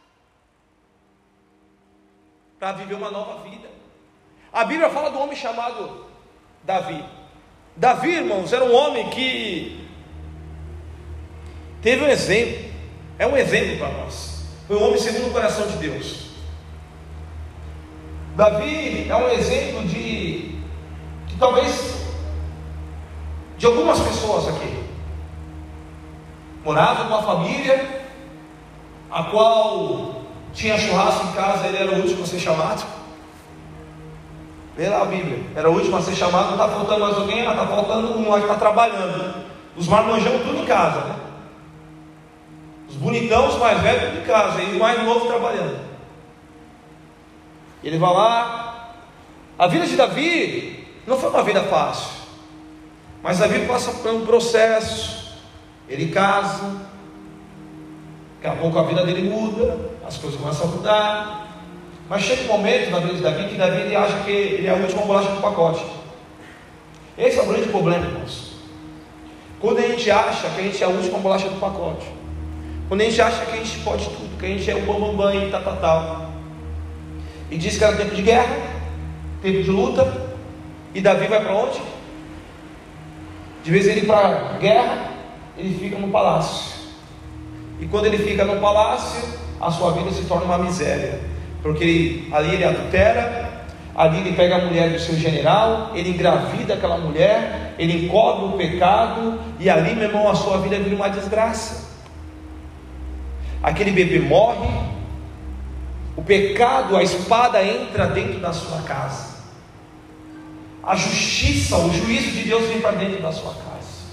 para viver uma nova vida. A Bíblia fala do homem chamado Davi. Davi, irmãos, era um homem que teve um exemplo. É um exemplo para nós. Foi um homem segundo o coração de Deus. Davi é um exemplo de, de talvez de algumas pessoas aqui. Morava com a família, a qual tinha churrasco em casa, ele era o último a ser chamado. Vê lá a Bíblia, era o último a ser chamado. Não está faltando mais alguém, está faltando um lá que está trabalhando. Os marmanjão tudo em casa, né? Os bonitão, os mais velhos tudo em casa, e o mais novo trabalhando. Ele vai lá. A vida de Davi não foi uma vida fácil, mas Davi passa por um processo. Ele casa, daqui a pouco a vida dele muda, as coisas começam a mudar. Mas chega um momento na vida de Davi que Davi ele acha que ele é a última bolacha do pacote. Esse é o grande problema, irmãos. Quando a gente acha que a gente é a última bolacha do pacote, quando a gente acha que a gente pode tudo, que a gente é o bambambam e tal, tal, tal. E diz que era tempo de guerra, tempo de luta. E Davi vai para onde? De vez em ele ir para a guerra, ele fica no palácio. E quando ele fica no palácio, a sua vida se torna uma miséria. Porque ele, ali ele adultera, ali ele pega a mulher do seu general, ele engravida aquela mulher, ele encobre o pecado, e ali, meu irmão, a sua vida vira uma desgraça. Aquele bebê morre, o pecado, a espada entra dentro da sua casa, a justiça, o juízo de Deus vem para dentro da sua casa,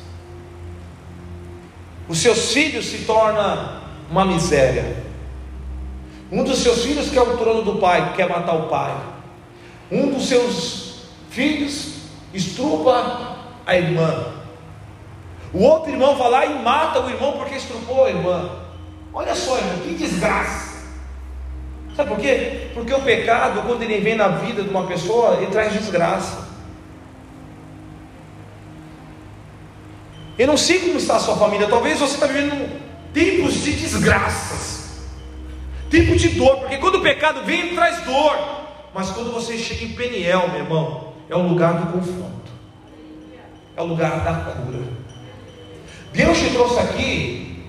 os seus filhos se tornam uma miséria. Um dos seus filhos quer o trono do pai, quer matar o pai. Um dos seus filhos estrupa a irmã. O outro irmão vai lá e mata o irmão porque estrupou a irmã. Olha só, irmão, que desgraça. Sabe por quê? Porque o pecado, quando ele vem na vida de uma pessoa, ele traz desgraça. Eu não sei como está a sua família. Talvez você está vivendo tempos de desgraças, tempo de dor, porque quando o pecado vem, ele traz dor. Mas quando você chega em Peniel, meu irmão, é o lugar do confronto, é o lugar da cura. Deus te trouxe aqui,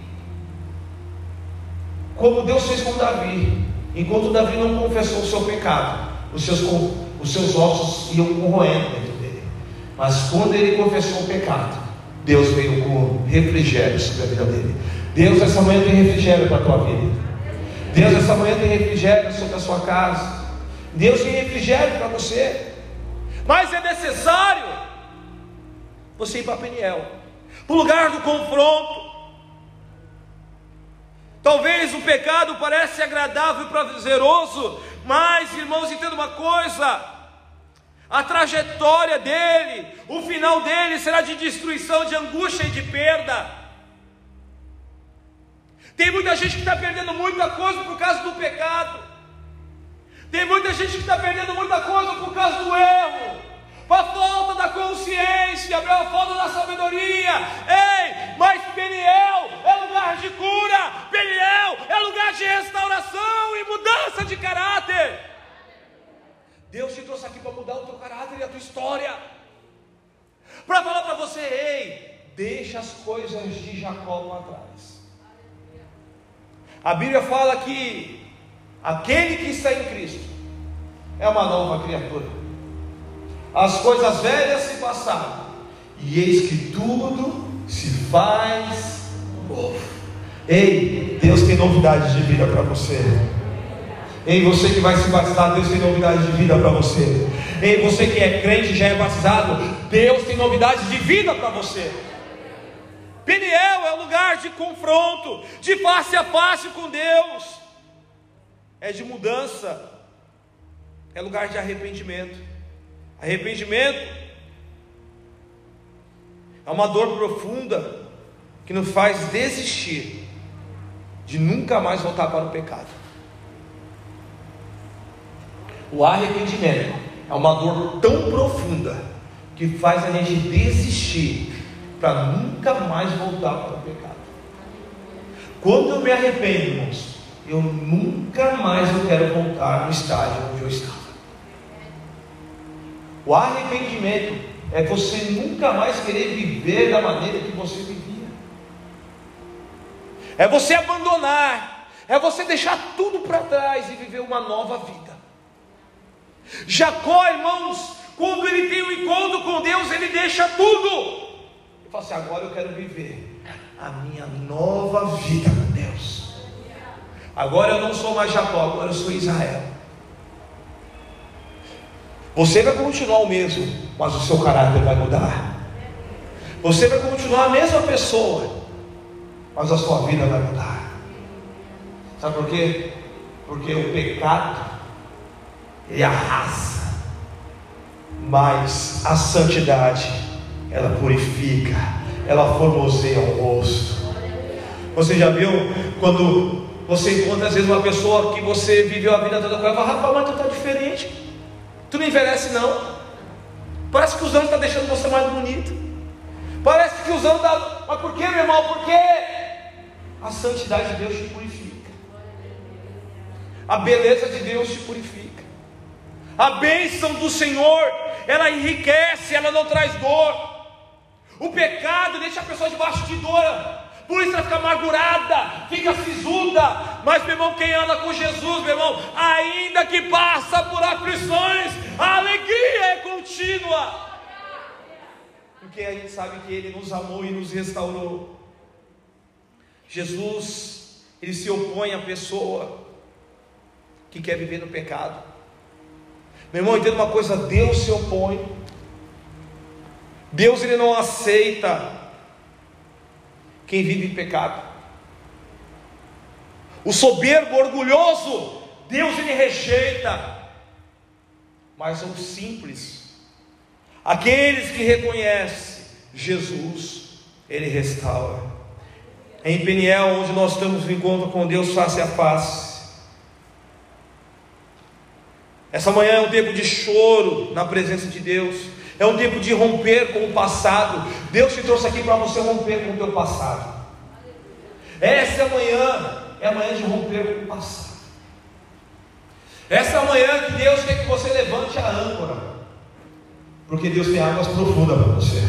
como Deus fez com Davi. Enquanto Davi não confessou o seu pecado, os seus, os seus ossos iam corroendo dentro dele. Mas quando ele confessou o pecado, Deus veio com refrigério sobre a vida dele. Deus, essa manhã tem refrigério para a tua vida. Deus, essa manhã tem refrigério sobre a sua casa. Deus tem refrigério para você. Mas é necessário você ir para Peniel, para o lugar do confronto. Talvez o pecado pareça agradável e prazeroso, mas, irmãos, entenda uma coisa: a trajetória dele, o final dele será de destruição, de angústia e de perda. Tem muita gente que está perdendo muita coisa por causa do pecado. Tem muita gente que está perdendo muita coisa por causa do erro, por falta da consciência, a falta da sabedoria. Ei, mas Peniel é lugar de cura, Peniel é lugar de restauração e mudança de caráter. Deus te trouxe aqui para mudar o teu caráter e a tua história, para falar para você: ei, deixa as coisas de Jacó para trás. A Bíblia fala que aquele que está em Cristo é uma nova criatura. As coisas velhas se passaram, e eis que tudo se faz novo. Ei, Deus tem novidade de vida para você. Ei, você que vai se batizar, Deus tem novidade de vida para você. Ei, você que é crente e já é batizado, Deus tem novidade de vida para você. Peniel é um lugar de confronto, de face a face com Deus, é de mudança, é lugar de arrependimento. Arrependimento é uma dor profunda que nos faz desistir de nunca mais voltar para o pecado. O arrependimento é uma dor tão profunda que faz a gente desistir para nunca mais voltar para o pecado. Quando eu me arrependo, irmãos, eu nunca mais eu quero voltar no estágio onde eu estava. O arrependimento é você nunca mais querer viver da maneira que você vivia. É você abandonar, é você deixar tudo para trás e viver uma nova vida. Jacó, irmãos, quando ele tem um encontro com Deus, ele deixa tudo. Ele fala assim: agora eu quero viver a minha nova vida com Deus. Agora eu não sou mais Jacó, agora eu sou Israel. Você vai continuar o mesmo, mas o seu caráter vai mudar. Você vai continuar a mesma pessoa, mas a sua vida vai mudar. Sabe por quê? Porque o pecado, ele arrasa, mas a santidade, ela purifica, ela formoseia o rosto. Você já viu quando você encontra às vezes uma pessoa que você viveu a vida toda com ela, fala: rapaz, mas tu está diferente, tu não envelhece não, parece que os anos estão deixando você mais bonito, parece que os anos estão... Mas por que, meu irmão? Porque a santidade de Deus te purifica, a beleza de Deus te purifica, a bênção do Senhor, ela enriquece, ela não traz dor. O pecado deixa a pessoa debaixo de dor, por isso ela fica amargurada, fica sisuda. Mas, meu irmão, quem anda com Jesus, meu irmão, ainda que passa por aflições, a alegria é contínua, porque a gente sabe que Ele nos amou e nos restaurou. Jesus, Ele se opõe à pessoa que quer viver no pecado. Meu irmão, entenda uma coisa: Deus se opõe. Deus, Ele não aceita quem vive em pecado. O soberbo, orgulhoso, Deus, Ele rejeita. Mas os simples, aqueles que reconhecem Jesus, Ele restaura. Em Peniel, onde nós temos um encontro com Deus face a face, essa manhã é um tempo de choro na presença de Deus, é um tempo de romper com o passado. Deus te trouxe aqui para você romper com o teu passado. Essa manhã é a manhã de romper com o passado. Essa é a manhã que Deus quer que você levante a âncora, porque Deus tem águas profundas para você.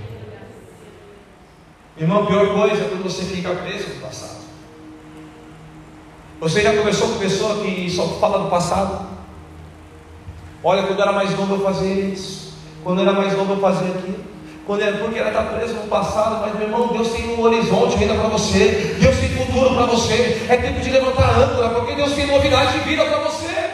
Irmão, a pior coisa é quando você fica preso no passado. Você já conversou com pessoa que só fala do passado? Olha, quando eu era mais novo eu fazia isso, quando eu era mais novo eu fazia aquilo, quando era, porque ela está preso no passado. Mas, meu irmão, Deus tem um horizonte ainda para você, Deus tem futuro para você. É tempo de levantar a âncora, porque Deus tem novidade de vida para você.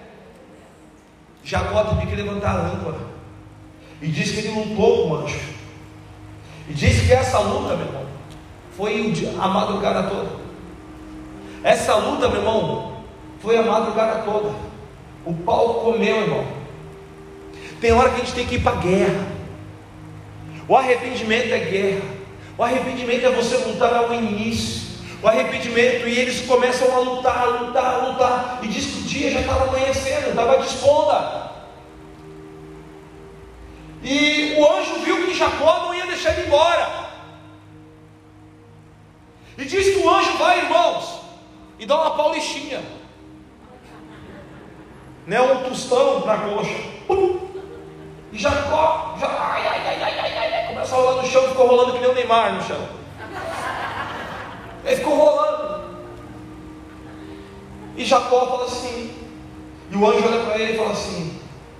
Jacó teve que levantar a âncora, e diz que ele lutou com o anjo, e diz que essa luta, meu irmão, foi a madrugada toda. Essa luta, meu irmão, foi a madrugada toda. O pau comeu, irmão. Tem hora que a gente tem que ir para a guerra. O arrependimento é guerra. O arrependimento é você lutar ao início. O arrependimento, e eles começam a lutar, a lutar, a lutar. E diz que o dia já estava amanhecendo, estava dispondo. E o anjo viu que Jacó não ia deixar ele embora. E diz que o anjo vai, irmãos, e dá uma paulistinha, né, um tostão para a coxa. E Jacó já, ai, ai, ai, ai, ai, ai, começa a rolar no chão. Ficou rolando que nem o Neymar no chão. Ele ficou rolando. E Jacó fala assim, e o anjo olha para ele e fala assim: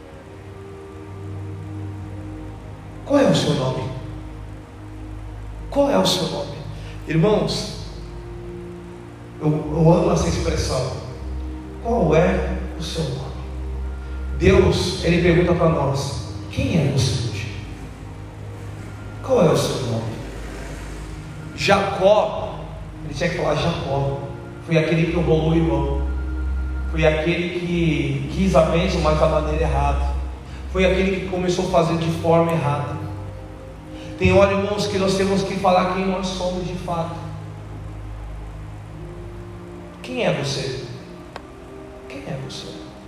qual é o seu nome? Qual é o seu nome? Irmãos, eu, eu amo essa expressão. Qual é o seu nome? Deus, Ele pergunta para nós: quem é você hoje? Qual é o seu nome? Jacó, ele tinha que falar Jacó. Foi aquele que roubou o irmão. Foi aquele que quis a bênção, mas da maneira errada. Foi aquele que começou a fazer de forma errada. Tem hora, irmãos, que nós temos que falar quem nós somos de fato. Quem é você? Quem é você?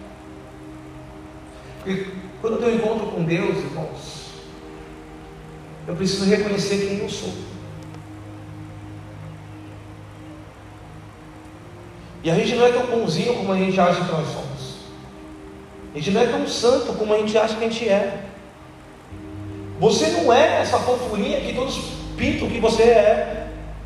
Porque quando eu encontro com Deus, irmãos, eu preciso reconhecer quem eu sou. E a gente não é tão bonzinho como a gente acha que nós somos. A gente não é tão santo como a gente acha que a gente é. Você não é essa fofurinha que todos pintam que você é.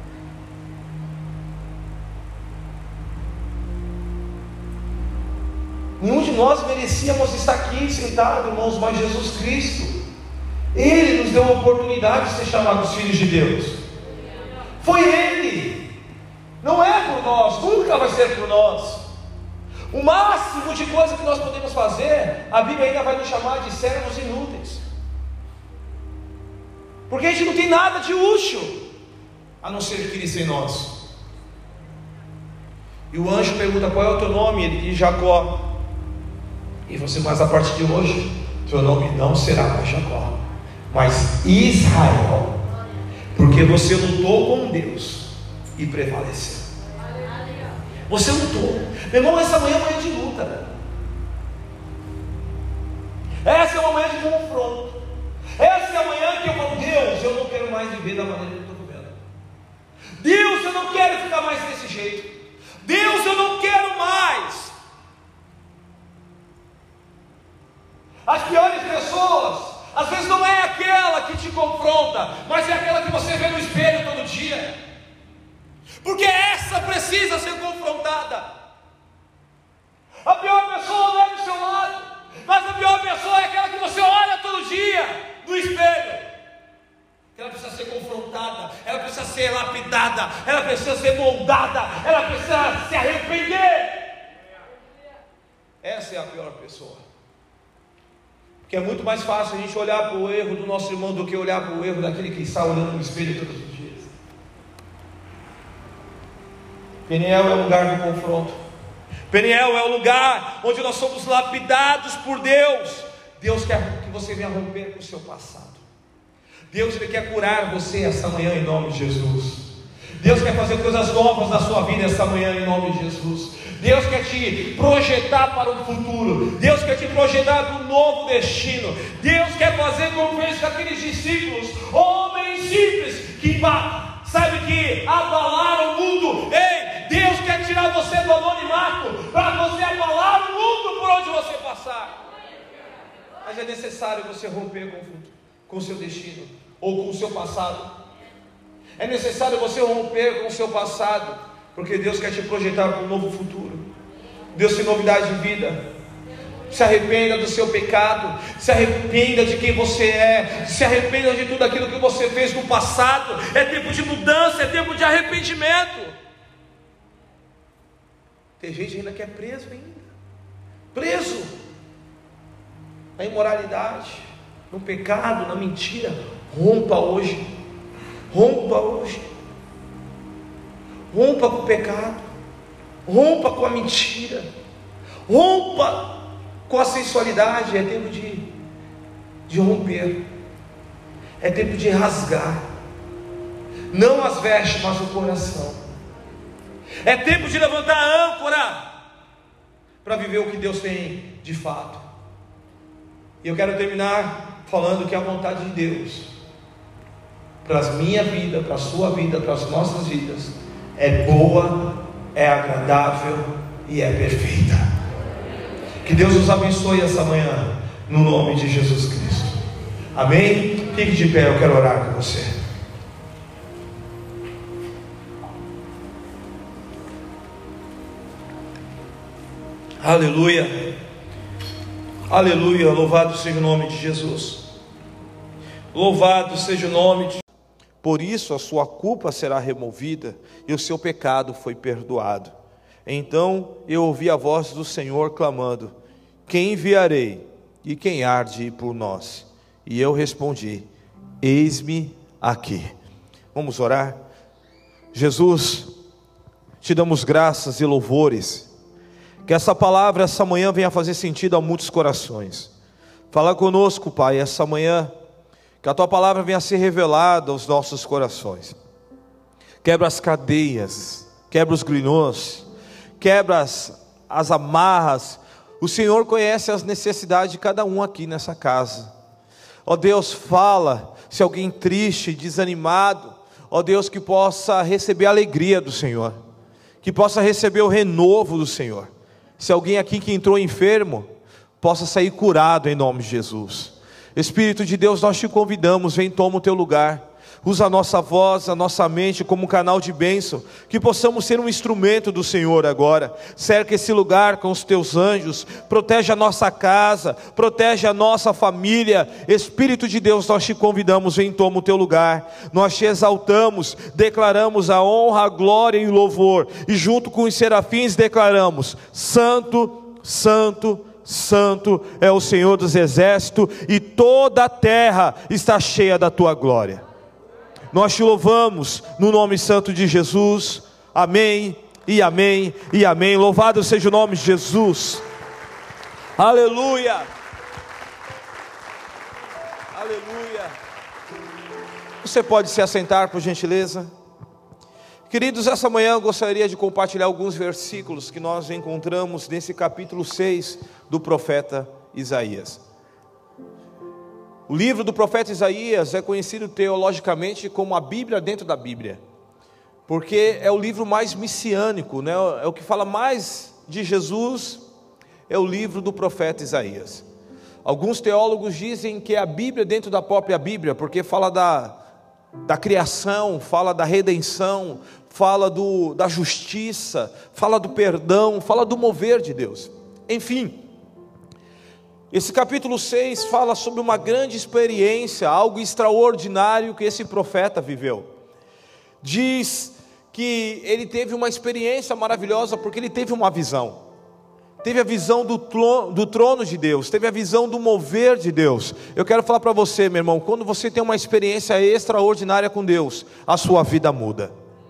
Nenhum de nós merecíamos estar aqui sentado, irmãos, mas Jesus Cristo, Ele nos deu a oportunidade de ser chamados filhos de Deus. Foi Ele. Não é por nós, nunca vai ser por nós. O máximo de coisa que nós podemos fazer, a Bíblia ainda vai nos chamar de servos inúteis, porque a gente não tem nada de útil, a não ser adquirir em nós. E o anjo pergunta: qual é o teu nome? Ele diz: Jacó. E você, mas a partir de hoje, teu nome não será mais Jacó, mas Israel, porque você lutou com Deus e prevaleceu. Você lutou, meu irmão. Essa manhã é manhã de luta, né? Essa é uma manhã de confronto. Essa é a manhã que eu falo: Deus, eu não quero mais viver da maneira que eu estou vivendo. Deus, eu não quero ficar mais desse jeito. Deus, eu não quero mais. As piores pessoas, às vezes não é aquela que te confronta, mas é aquela que você vê no espelho todo dia, porque essa precisa ser confrontada. A pior pessoa não é do seu lado, mas a pior pessoa é aquela que você olha todo dia no espelho. Ela precisa ser confrontada, ela precisa ser lapidada, ela precisa ser moldada, ela precisa se arrepender. Essa é a pior pessoa. Porque é muito mais fácil a gente olhar para o erro do nosso irmão do que olhar para o erro daquele que está olhando no espelho todos os dias. Peniel é o lugar do confronto. Peniel é o lugar onde nós somos lapidados por Deus. Deus quer que você venha romper com o seu passado. Deus, Ele quer curar você essa manhã em nome de Jesus. Deus quer fazer coisas novas na sua vida essa manhã em nome de Jesus. Deus quer te projetar para o futuro. Deus quer te projetar para um novo destino. Deus quer fazer como fez com aqueles discípulos, homens simples, que sabe que abalaram o mundo. Ei, Deus quer tirar você do anonimato, para você abalar o mundo por onde você passar. Mas é necessário você romper com o seu destino, ou com o seu passado. É necessário você romper com o seu passado, porque Deus quer te projetar para um novo futuro. Deus tem novidade de vida. Se arrependa do seu pecado, se arrependa de quem você é, se arrependa de tudo aquilo que você fez no passado. É tempo de mudança, é tempo de arrependimento. Tem gente ainda que é preso ainda, preso na imoralidade, no pecado, na mentira. Rompa hoje, rompa hoje, rompa com o pecado, rompa com a mentira, rompa com a sensualidade. É tempo de, de romper, é tempo de rasgar, não as vestes, mas o coração. É tempo de levantar a âncora para viver o que Deus tem de fato. E eu quero terminar falando que a vontade de Deus para a minha vida, para a sua vida, para as nossas vidas é boa, é agradável e é perfeita. Que Deus nos abençoe essa manhã, no nome de Jesus Cristo. Amém? Fique de pé, eu quero orar com você. Aleluia, aleluia, louvado seja o nome de Jesus, louvado seja o nome de... Por isso a sua culpa será removida e o seu pecado foi perdoado. Então eu ouvi a voz do Senhor clamando: quem enviarei e quem há de ir por nós? E eu respondi: eis-me aqui. Vamos orar. Jesus, te damos graças e louvores. Que essa palavra, essa manhã, venha fazer sentido a muitos corações. Fala conosco, Pai, essa manhã. Que a Tua palavra venha a ser revelada aos nossos corações. Quebra as cadeias, quebra os grilhões, quebra as, as amarras. O Senhor conhece as necessidades de cada um aqui nessa casa. Ó Deus, fala, se alguém triste, desanimado, ó Deus, que possa receber a alegria do Senhor, que possa receber o renovo do Senhor. Se alguém aqui que entrou enfermo, possa sair curado em nome de Jesus. Espírito de Deus, nós te convidamos, vem, toma o teu lugar. Usa a nossa voz, a nossa mente como canal de bênção, que possamos ser um instrumento do Senhor agora. Cerca esse lugar com os teus anjos, protege a nossa casa, protege a nossa família. Espírito de Deus, nós te convidamos, vem, toma o teu lugar. Nós te exaltamos, declaramos a honra, a glória e o louvor, e junto com os serafins declaramos: Santo, Santo, Santo é o Senhor dos exércitos, e toda a terra está cheia da tua glória. Nós te louvamos no nome santo de Jesus. Amém, e amém, e amém. Louvado seja o nome de Jesus. Aleluia. Aleluia. Você pode se assentar, por gentileza. Queridos, essa manhã eu gostaria de compartilhar alguns versículos que nós encontramos nesse capítulo seis do profeta Isaías. O livro do profeta Isaías é conhecido teologicamente como a Bíblia dentro da Bíblia, porque é o livro mais messiânico, né? É o que fala mais de Jesus, é o livro do profeta Isaías. Alguns teólogos dizem que é a Bíblia dentro da própria Bíblia, porque fala da, da criação, fala da redenção, fala do, da justiça, fala do perdão, fala do mover de Deus. Enfim, esse capítulo seis fala sobre uma grande experiência, algo extraordinário que esse profeta viveu. Diz que ele teve uma experiência maravilhosa porque ele teve uma visão. Teve a visão do trono, do trono de Deus, teve a visão do mover de Deus. Eu quero falar para você, meu irmão, quando você tem uma experiência extraordinária com Deus, a sua vida muda.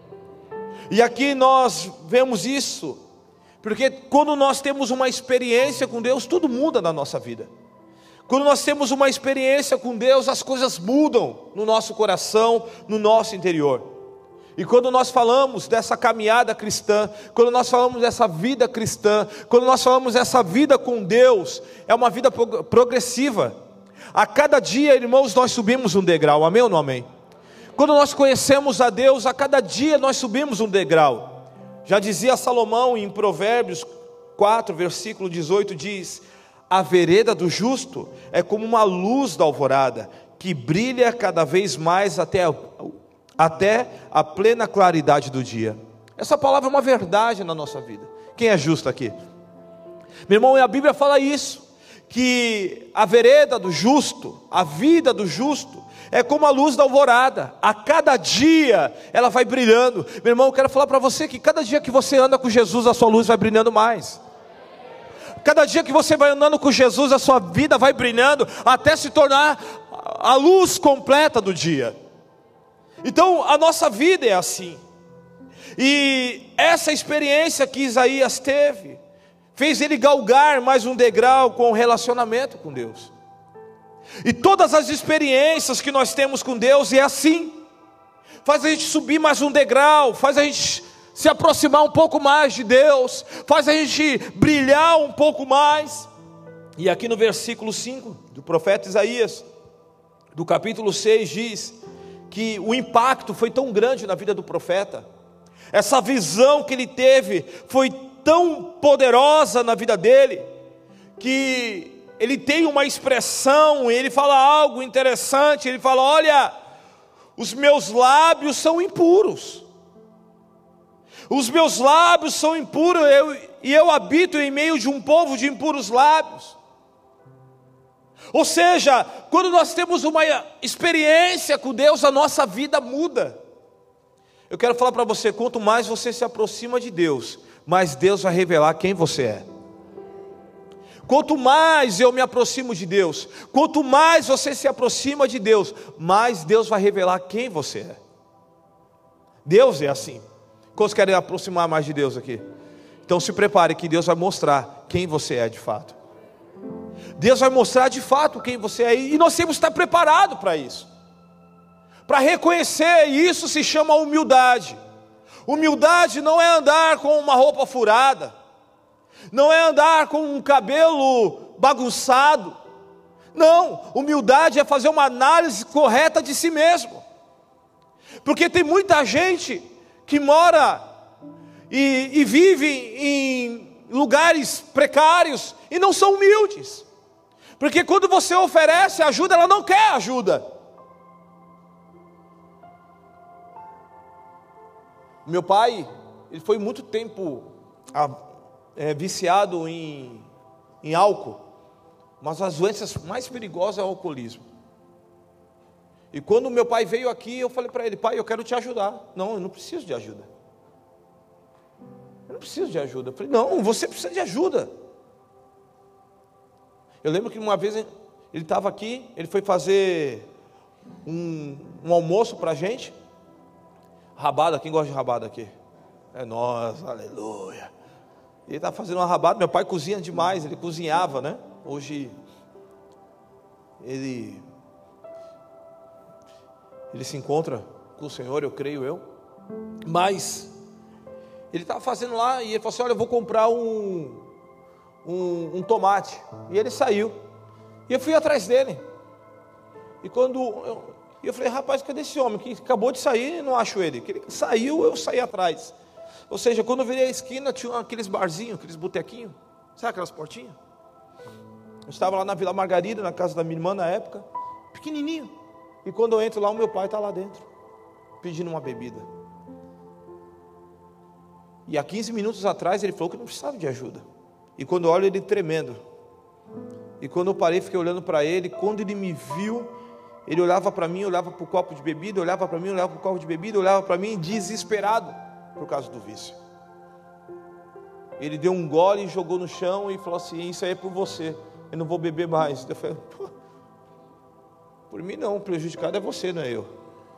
E aqui nós vemos isso, porque quando nós temos uma experiência com Deus, tudo muda na nossa vida. Quando nós temos uma experiência com Deus, as coisas mudam no nosso coração, no nosso interior. E quando nós falamos dessa caminhada cristã, quando nós falamos dessa vida cristã, quando nós falamos dessa vida com Deus, é uma vida progressiva. A cada dia, irmãos, nós subimos um degrau, amém ou não amém? Quando nós conhecemos a Deus, a cada dia nós subimos um degrau. Já dizia Salomão em Provérbios quatro, versículo dezoito, diz: a vereda do justo é como uma luz da alvorada, que brilha cada vez mais até a, até a plena claridade do dia. Essa palavra é uma verdade na nossa vida. Quem é justo aqui? Meu irmão, a Bíblia fala isso, que a vereda do justo, a vida do justo, é como a luz da alvorada, a cada dia ela vai brilhando. Meu irmão, eu quero falar para você que cada dia que você anda com Jesus, a sua luz vai brilhando mais. Cada dia que você vai andando com Jesus, a sua vida vai brilhando, até se tornar a luz completa do dia. Então a nossa vida é assim. E essa experiência que Isaías teve, fez ele galgar mais um degrau com o relacionamento com Deus. E todas as experiências que nós temos com Deus é assim, faz a gente subir mais um degrau, faz a gente se aproximar um pouco mais de Deus, faz a gente brilhar um pouco mais. E aqui no versículo cinco do profeta Isaías, do capítulo seis, diz que o impacto foi tão grande na vida do profeta, essa visão que ele teve foi tão poderosa na vida dele, que ele tem uma expressão, ele fala algo interessante, ele fala: olha, os meus lábios são impuros, os meus lábios são impuros, eu, e eu habito em meio de um povo de impuros lábios. Ou seja, quando nós temos uma experiência com Deus, a nossa vida muda. Eu quero falar para você, quanto mais você se aproxima de Deus, mais Deus vai revelar quem você é. Quanto mais eu me aproximo de Deus, quanto mais você se aproxima de Deus, mais Deus vai revelar quem você é. Deus é assim. Quantos querem aproximar mais de Deus aqui? Então se prepare que Deus vai mostrar quem você é de fato. Deus vai mostrar de fato quem você é, e nós temos que estar preparados para isso, para reconhecer. Isso se chama humildade. Humildade não é andar com uma roupa furada, não é andar com um cabelo bagunçado. Não, humildade é fazer uma análise correta de si mesmo. Porque tem muita gente que mora e, e vive em lugares precários e não são humildes. Porque quando você oferece ajuda, ela não quer ajuda. Meu pai, ele foi muito tempo é, viciado em, em álcool, mas as doenças mais perigosas é o alcoolismo. E quando meu pai veio aqui, eu falei para ele: pai, eu quero te ajudar. Não, eu não preciso de ajuda. Eu não preciso de ajuda. Eu falei: não, você precisa de ajuda. Eu lembro que uma vez ele estava aqui, ele foi fazer um, um almoço para a gente. Rabada, quem gosta de rabada aqui? É nós, aleluia. Ele estava fazendo uma rabada, meu pai cozinha demais, ele cozinhava, né? Hoje, ele, ele se encontra com o Senhor, eu creio eu. Mas, ele estava fazendo lá e ele falou assim: olha, eu vou comprar um, um, um tomate. E ele saiu. E eu fui atrás dele. E quando eu, eu falei: rapaz, cadê esse homem que acabou de sair e não acho ele? Que ele saiu, eu saí atrás. Ou seja, quando eu virei a esquina, tinha aqueles barzinhos, aqueles botequinhos. Sabe aquelas portinhas? Eu estava lá na Vila Margarida, na casa da minha irmã na época, pequenininho. E quando eu entro lá, o meu pai está lá dentro, pedindo uma bebida. E há quinze minutos atrás ele falou que não precisava de ajuda. E quando eu olho, ele tremendo. E quando eu parei, fiquei olhando para ele. Quando ele me viu, ele olhava para mim, olhava para o copo de bebida, olhava para mim, olhava para o copo de bebida, olhava para mim, desesperado por causa do vício. Ele deu um gole e jogou no chão e falou assim: isso aí é por você, eu não vou beber mais. Eu falei: pô, por mim não, o prejudicado é você, não é eu.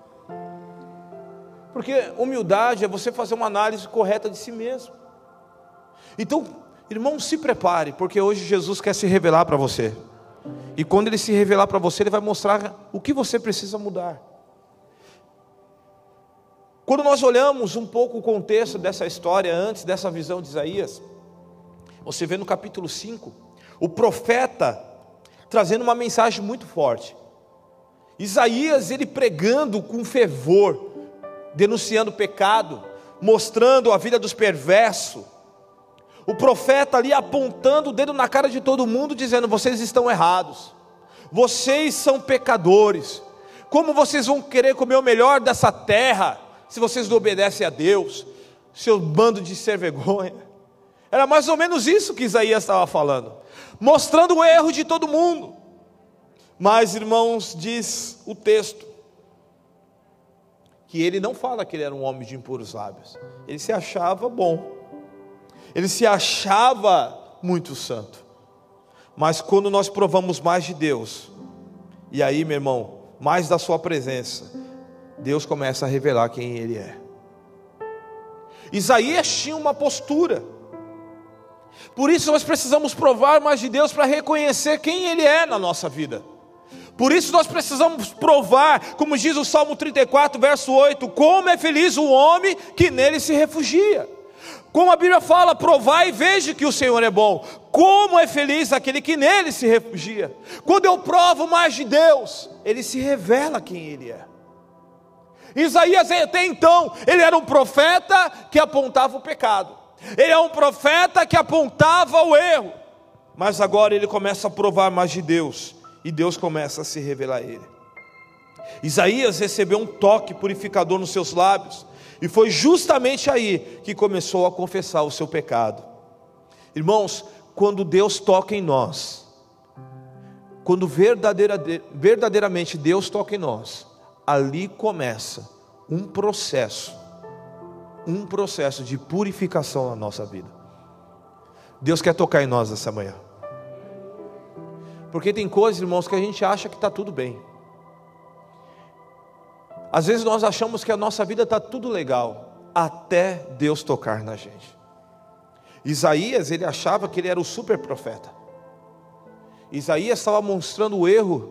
Porque humildade é você fazer uma análise correta de si mesmo. Então, irmão, se prepare, porque hoje Jesus quer se revelar para você. E quando Ele se revelar para você, Ele vai mostrar o que você precisa mudar. Quando nós olhamos um pouco o contexto dessa história, antes dessa visão de Isaías, você vê no capítulo cinco, o profeta trazendo uma mensagem muito forte. Isaías, ele pregando com fervor, denunciando o pecado, mostrando a vida dos perversos. O profeta ali apontando o dedo na cara de todo mundo, dizendo: vocês estão errados, vocês são pecadores. Como vocês vão querer comer o melhor dessa terra, se vocês não obedecem a Deus, seu bando de ser vergonha? Era mais ou menos isso que Isaías estava falando, mostrando o erro de todo mundo. Mas, irmãos, diz o texto, que ele não fala que ele era um homem de impuros lábios. Ele se achava bom, ele se achava muito santo. Mas quando nós provamos mais de Deus, e aí, meu irmão, mais da sua presença, Deus começa a revelar quem Ele é. Isaías tinha uma postura. Por isso nós precisamos provar mais de Deus, para reconhecer quem Ele é na nossa vida. Por isso nós precisamos provar, como diz o Salmo trinta e quatro, verso oito, como é feliz o homem que nele se refugia. Como a Bíblia fala: provai e veja que o Senhor é bom. Como é feliz aquele que nele se refugia. Quando eu provo mais de Deus, Ele se revela quem Ele é. Isaías até então, ele era um profeta que apontava o pecado, ele é um profeta que apontava o erro, mas agora ele começa a provar mais de Deus, e Deus começa a se revelar a ele. Isaías recebeu um toque purificador nos seus lábios, e foi justamente aí que começou a confessar o seu pecado. Irmãos, quando Deus toca em nós, quando verdadeira, verdadeiramente Deus toca em nós, ali começa um processo, um processo de purificação na nossa vida. Deus quer tocar em nós essa manhã, porque tem coisas, irmãos, que a gente acha que está tudo bem. Às vezes nós achamos que a nossa vida está tudo legal, até Deus tocar na gente. Isaías, ele achava que ele era o super profeta. Isaías estava mostrando o erro,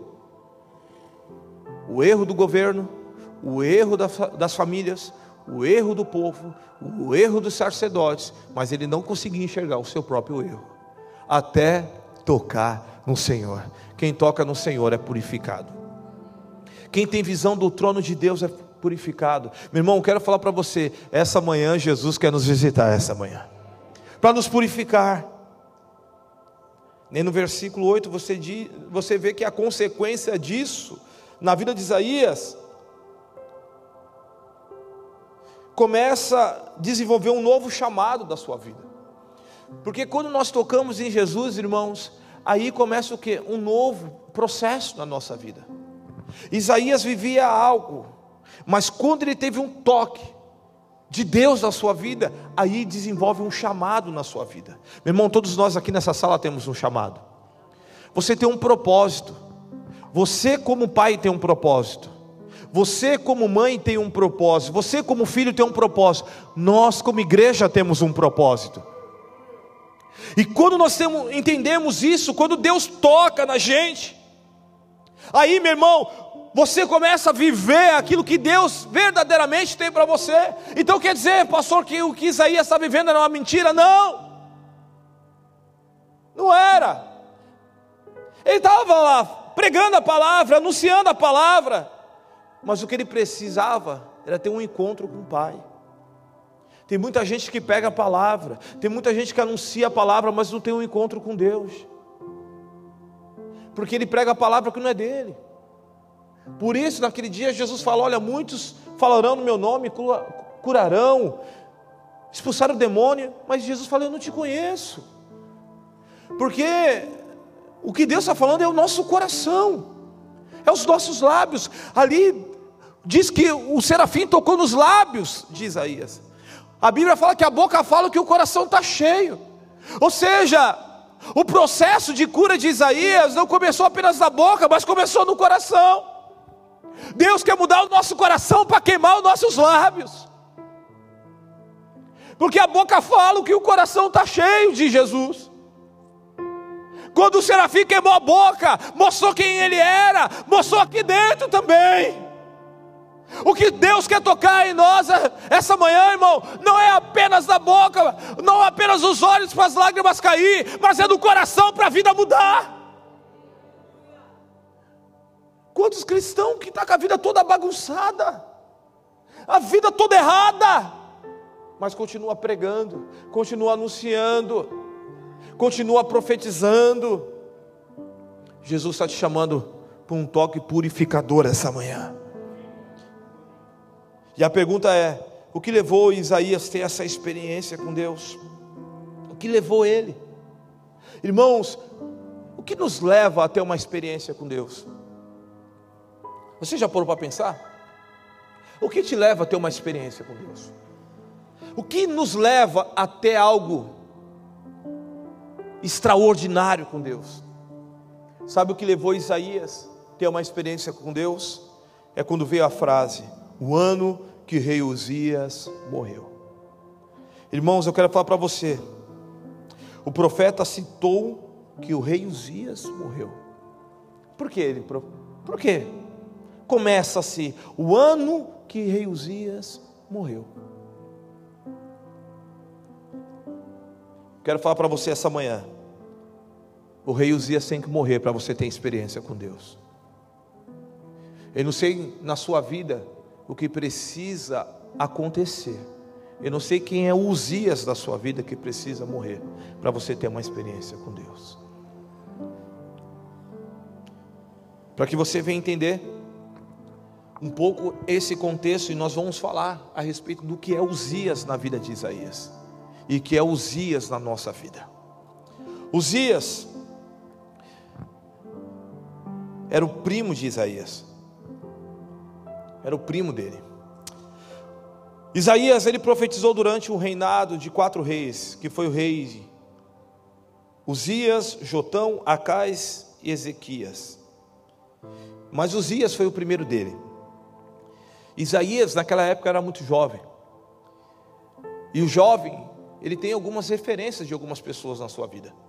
o erro do governo, o erro das famílias, o erro do povo, o erro dos sacerdotes, mas ele não conseguia enxergar o seu próprio erro, até tocar no Senhor. Quem toca no Senhor é purificado. Quem tem visão do trono de Deus é purificado. Meu irmão, eu quero falar para você, essa manhã Jesus quer nos visitar, essa manhã, para nos purificar. Nem no versículo oito você, diz, você vê que a consequência disso na vida de Isaías, começa a desenvolver um novo chamado da sua vida. Porque quando nós tocamos em Jesus, irmãos, aí começa o quê? Um novo processo na nossa vida. Isaías vivia algo, mas quando ele teve um toque de Deus na sua vida, aí desenvolve um chamado na sua vida. Meu irmão, todos nós aqui nessa sala temos um chamado. Você tem um propósito. Você como pai tem um propósito. Você como mãe tem um propósito. Você como filho tem um propósito. Nós como igreja temos um propósito. E quando nós temos, entendemos isso, quando Deus toca na gente, aí, meu irmão, você começa a viver aquilo que Deus verdadeiramente tem para você. Então quer dizer, pastor, que o que Isaías está vivendo era uma mentira? Não, não era. Ele estava lá pregando a palavra, anunciando a palavra, mas o que ele precisava era ter um encontro com o Pai. Tem muita gente que pega a palavra, tem muita gente que anuncia a palavra, mas não tem um encontro com Deus, porque ele prega a palavra que não é dele. Por isso, naquele dia, Jesus falou: olha, muitos falarão no meu nome, curarão, expulsaram o demônio, mas Jesus falou: eu não te conheço. Porque o que Deus está falando é o nosso coração, é os nossos lábios. Ali diz que o serafim tocou nos lábios de Isaías. A Bíblia fala que a boca fala que o coração está cheio. Ou seja, o processo de cura de Isaías não começou apenas na boca, mas começou no coração. Deus quer mudar o nosso coração para queimar os nossos lábios, porque a boca fala que o coração está cheio de Jesus. Quando o serafim queimou a boca, mostrou quem ele era, mostrou aqui dentro também. O que Deus quer tocar em nós essa manhã, irmão, não é apenas da boca, não é apenas os olhos para as lágrimas cair, mas é do coração para a vida mudar. Quantos cristãos que estão com a vida toda bagunçada, a vida toda errada, mas continua pregando, continua anunciando, continua profetizando. Jesus está te chamando para um toque purificador essa manhã. E a pergunta é: o que levou Isaías a ter essa experiência com Deus? O que levou ele? Irmãos, o que nos leva a ter uma experiência com Deus? Você já parou para pensar? O que te leva a ter uma experiência com Deus? O que nos leva a ter algo extraordinário com Deus? Sabe o que levou Isaías a ter uma experiência com Deus? É quando veio a frase: o ano que rei Uzias morreu. Irmãos, eu quero falar para você, o profeta citou que o rei Uzias morreu. Por que ele? Por quê? Começa-se o ano que rei Uzias morreu. Quero falar para você essa manhã, o rei Uzias tem que morrer para você ter experiência com Deus. Eu não sei na sua vida o que precisa acontecer. Eu não sei quem é o Uzias da sua vida que precisa morrer para você ter uma experiência com Deus. Para que você venha entender um pouco esse contexto, e nós vamos falar a respeito do que é Uzias na vida de Isaías e que é Uzias na nossa vida. Uzias era o primo de Isaías. Era o primo dele. Isaías, ele profetizou durante o reinado de quatro reis, que foi o rei Uzias, Jotão, Acais e Ezequias. Mas Uzias foi o primeiro dele. Isaías naquela época era muito jovem. E o jovem, ele tem algumas referências de algumas pessoas na sua vida.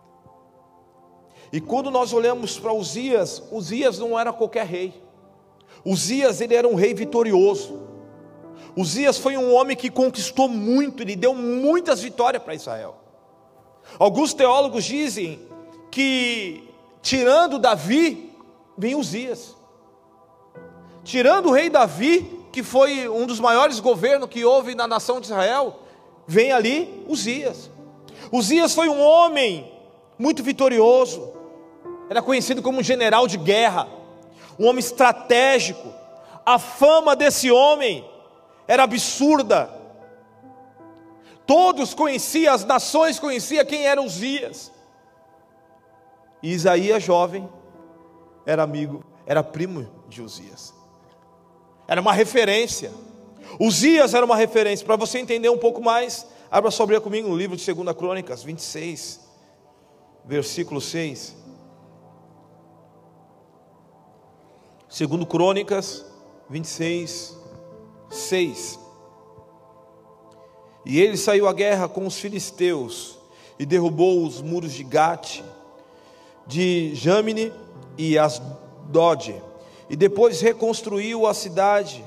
E quando nós olhamos para Uzias, Uzias não era qualquer rei. Uzias, ele era um rei vitorioso. Uzias foi um homem que conquistou muito, ele deu muitas vitórias para Israel. Alguns teólogos dizem que, tirando Davi, vem Uzias. Tirando o rei Davi, que foi um dos maiores governos que houve na nação de Israel, vem ali Uzias. Uzias foi um homem muito vitorioso, era conhecido como um general de guerra, um homem estratégico. A fama desse homem era absurda. Todos conheciam, as nações conheciam quem era Uzias. E Isaías, jovem, era amigo, era primo de Uzias. Era uma referência. Uzias era uma referência. Para você entender um pouco mais, abra sua Bíblia comigo no livro de segunda Crônicas vinte e seis, versículo seis. segundo Crônicas vinte e seis, seis. E ele saiu à guerra com os filisteus e derrubou os muros de Gate, de Jamine e Asdod, e depois reconstruiu a cidade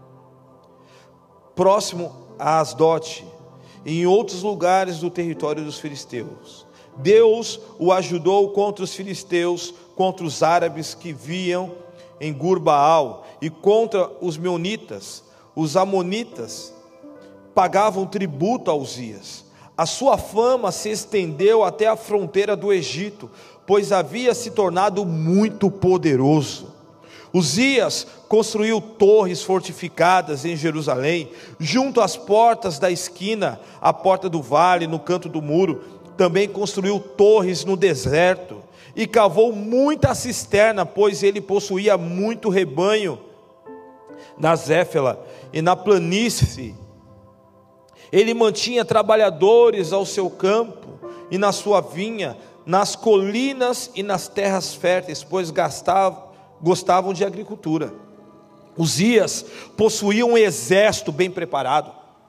próximo a Asdod e em outros lugares do território dos filisteus. Deus o ajudou contra os filisteus, contra os árabes que viam em Gur-Baal e contra os meunitas. Os amonitas pagavam tributo a Uzias. A sua fama se estendeu até a fronteira do Egito, pois havia se tornado muito poderoso. Uzias construiu torres fortificadas em Jerusalém, junto às portas da esquina, a porta do vale, no canto do muro. Também construiu torres no deserto e cavou muita cisterna, pois ele possuía muito rebanho na Zéfela e na planície. Ele mantinha trabalhadores ao seu campo e na sua vinha, nas colinas e nas terras férteis, pois gastavam, gostavam de agricultura. Uzias possuía um exército bem preparado,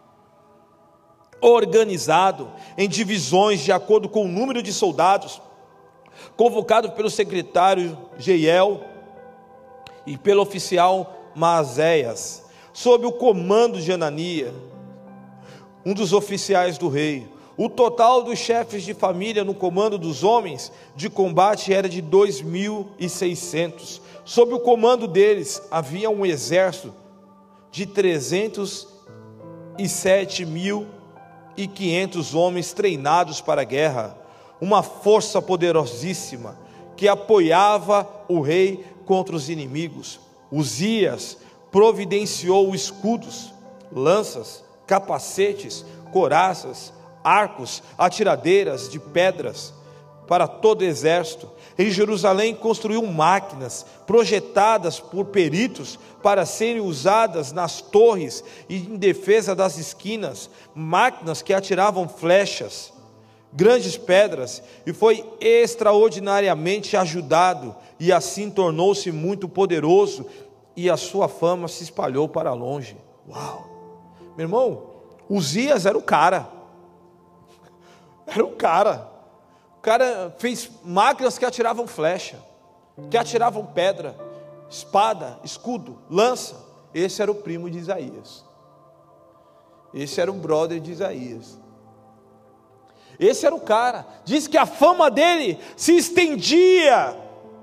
organizado em divisões de acordo com o número de soldados, convocado pelo secretário Jeiel e pelo oficial Maazéias, sob o comando de Anania, um dos oficiais do rei. O total dos chefes de família no comando dos homens de combate era de dois mil e seiscentos. Sob o comando deles havia um exército de trezentos e sete mil e quinhentos homens treinados para a guerra, uma força poderosíssima que apoiava o rei contra os inimigos. Uzias providenciou escudos, lanças, capacetes, couraças, arcos, atiradeiras de pedras para todo o exército. Em Jerusalém construiu máquinas projetadas por peritos para serem usadas nas torres e em defesa das esquinas, máquinas que atiravam flechas, grandes pedras, e foi extraordinariamente ajudado, e assim tornou-se muito poderoso, e a sua fama se espalhou para longe. Uau! Meu irmão, Uzias era o cara, era o cara, o cara fez máquinas que atiravam flecha, que atiravam pedra, espada, escudo, lança. Esse era o primo de Isaías, esse era o brother de Isaías, esse era o cara. Diz que a fama dele se estendia,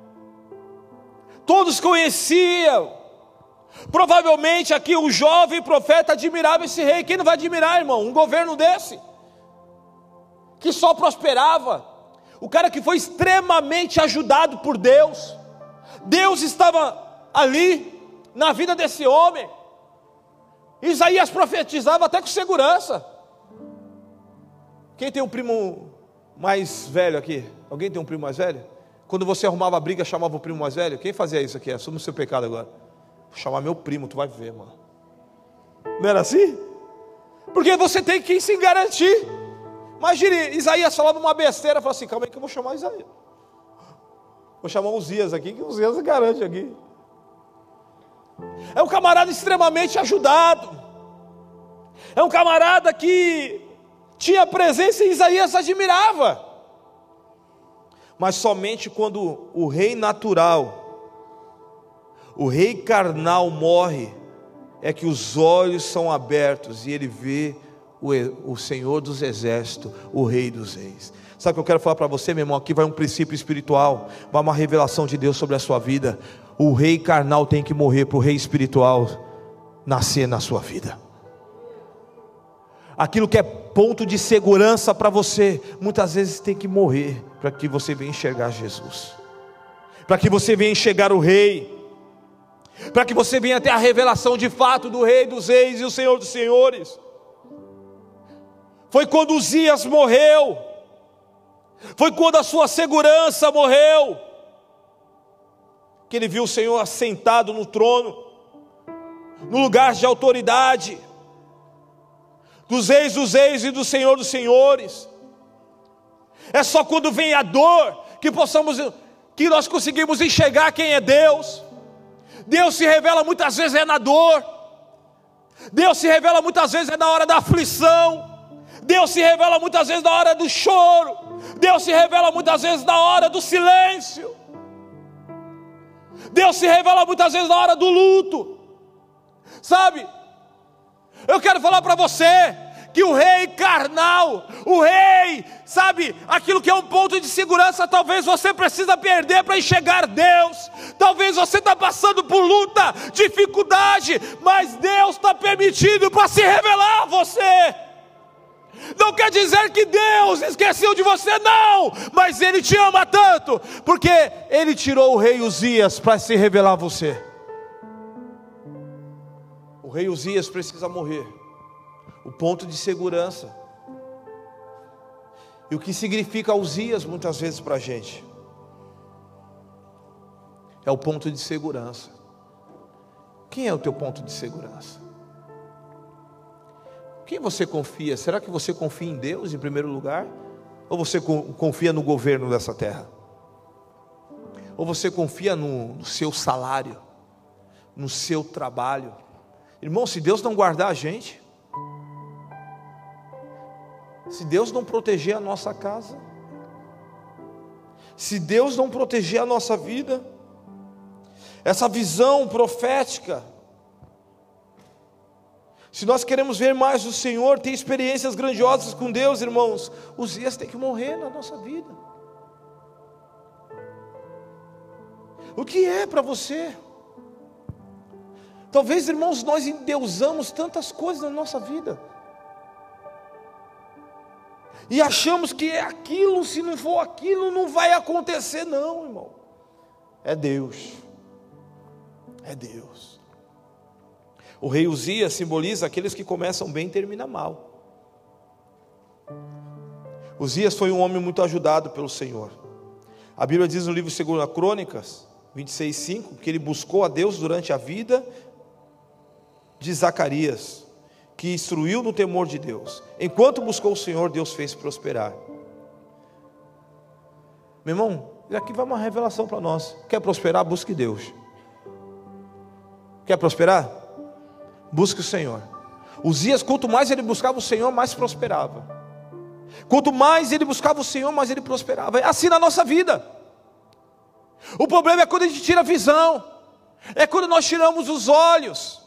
todos conheciam. Provavelmente aqui o jovem profeta admirava esse rei. Quem não vai admirar, irmão, um governo desse, que só prosperava, o cara que foi extremamente ajudado por Deus. Deus estava ali na vida desse homem. Isaías profetizava até com segurança. Quem tem um primo mais velho aqui? Alguém tem um primo mais velho? Quando você arrumava a briga, chamava o primo mais velho? Quem fazia isso aqui? Assume o seu pecado agora. Vou chamar meu primo, tu vai ver, mano. Não era assim? Porque você tem que se garantir. Imagine, Isaías falava uma besteira, falava assim: calma aí que eu vou chamar Isaías, vou chamar Uzias aqui, que Uzias garante aqui. É um camarada extremamente ajudado, é um camarada que tinha presença e Isaías admirava. Mas somente quando o rei natural, o rei carnal morre, é que os olhos são abertos e ele vê o, o Senhor dos exércitos, o Rei dos reis. Sabe o que eu quero falar para você, meu irmão? Aqui vai um princípio espiritual, vai uma revelação de Deus sobre a sua vida. O rei carnal tem que morrer para o rei espiritual nascer na sua vida. Aquilo que é ponto de segurança para você, muitas vezes tem que morrer, para que você venha enxergar Jesus, para que você venha enxergar o rei. para que você venha ter a revelação de fato do Rei dos Reis e o Senhor dos Senhores. Foi quando Uzias morreu, foi quando a sua segurança morreu, que ele viu o Senhor assentado no trono, no lugar de autoridade, dos reis dos reis e do Senhor dos senhores. É só quando vem a dor que possamos, que nós conseguimos enxergar quem é Deus. Deus se revela muitas vezes é na dor, Deus se revela muitas vezes é na hora da aflição, Deus se revela muitas vezes na hora do choro, Deus se revela muitas vezes na hora do silêncio, Deus se revela muitas vezes na hora do luto. Sabe, eu quero falar para você que o rei carnal, o rei, sabe, aquilo que é um ponto de segurança, talvez você precisa perder para enxergar Deus. Talvez você está passando por luta, dificuldade, mas Deus está permitindo para se revelar a você. Não quer dizer que Deus esqueceu de você, não, mas Ele te ama tanto, porque Ele tirou o rei Uzias para se revelar a você. O rei Uzias precisa morrer, o ponto de segurança. E o que significa Uzias muitas vezes para a gente? É o ponto de segurança. Quem é o teu ponto de segurança? Quem você confia? Será que você confia em Deus em primeiro lugar? Ou você confia no governo dessa terra? Ou você confia no, no seu salário, no seu trabalho? Irmão, se Deus não guardar a gente, se Deus não proteger a nossa casa, se Deus não proteger a nossa vida, essa visão profética, se nós queremos ver mais do Senhor, ter experiências grandiosas com Deus, irmãos, Uzias tem que morrer na nossa vida. O que é para você? Talvez, irmãos, nós endeusamos tantas coisas na nossa vida, e achamos que é aquilo, se não for aquilo, não vai acontecer. Não, irmão, é Deus, é Deus. O rei Uzias simboliza aqueles que começam bem e terminam mal. Uzias foi um homem muito ajudado pelo Senhor. A Bíblia diz no livro de Segunda Crônicas vinte e seis, cinco, que ele buscou a Deus durante a vida de Zacarias, que instruiu no temor de Deus. Enquanto buscou o Senhor, Deus fez prosperar. Meu irmão, aqui vai uma revelação para nós. Quer prosperar? Busque Deus. Quer prosperar? Busque o Senhor. Uzias, quanto mais ele buscava o Senhor, mais prosperava. Quanto mais ele buscava o Senhor, mais ele prosperava. É assim na nossa vida. O problema é quando a gente tira a visão, é quando nós tiramos os olhos.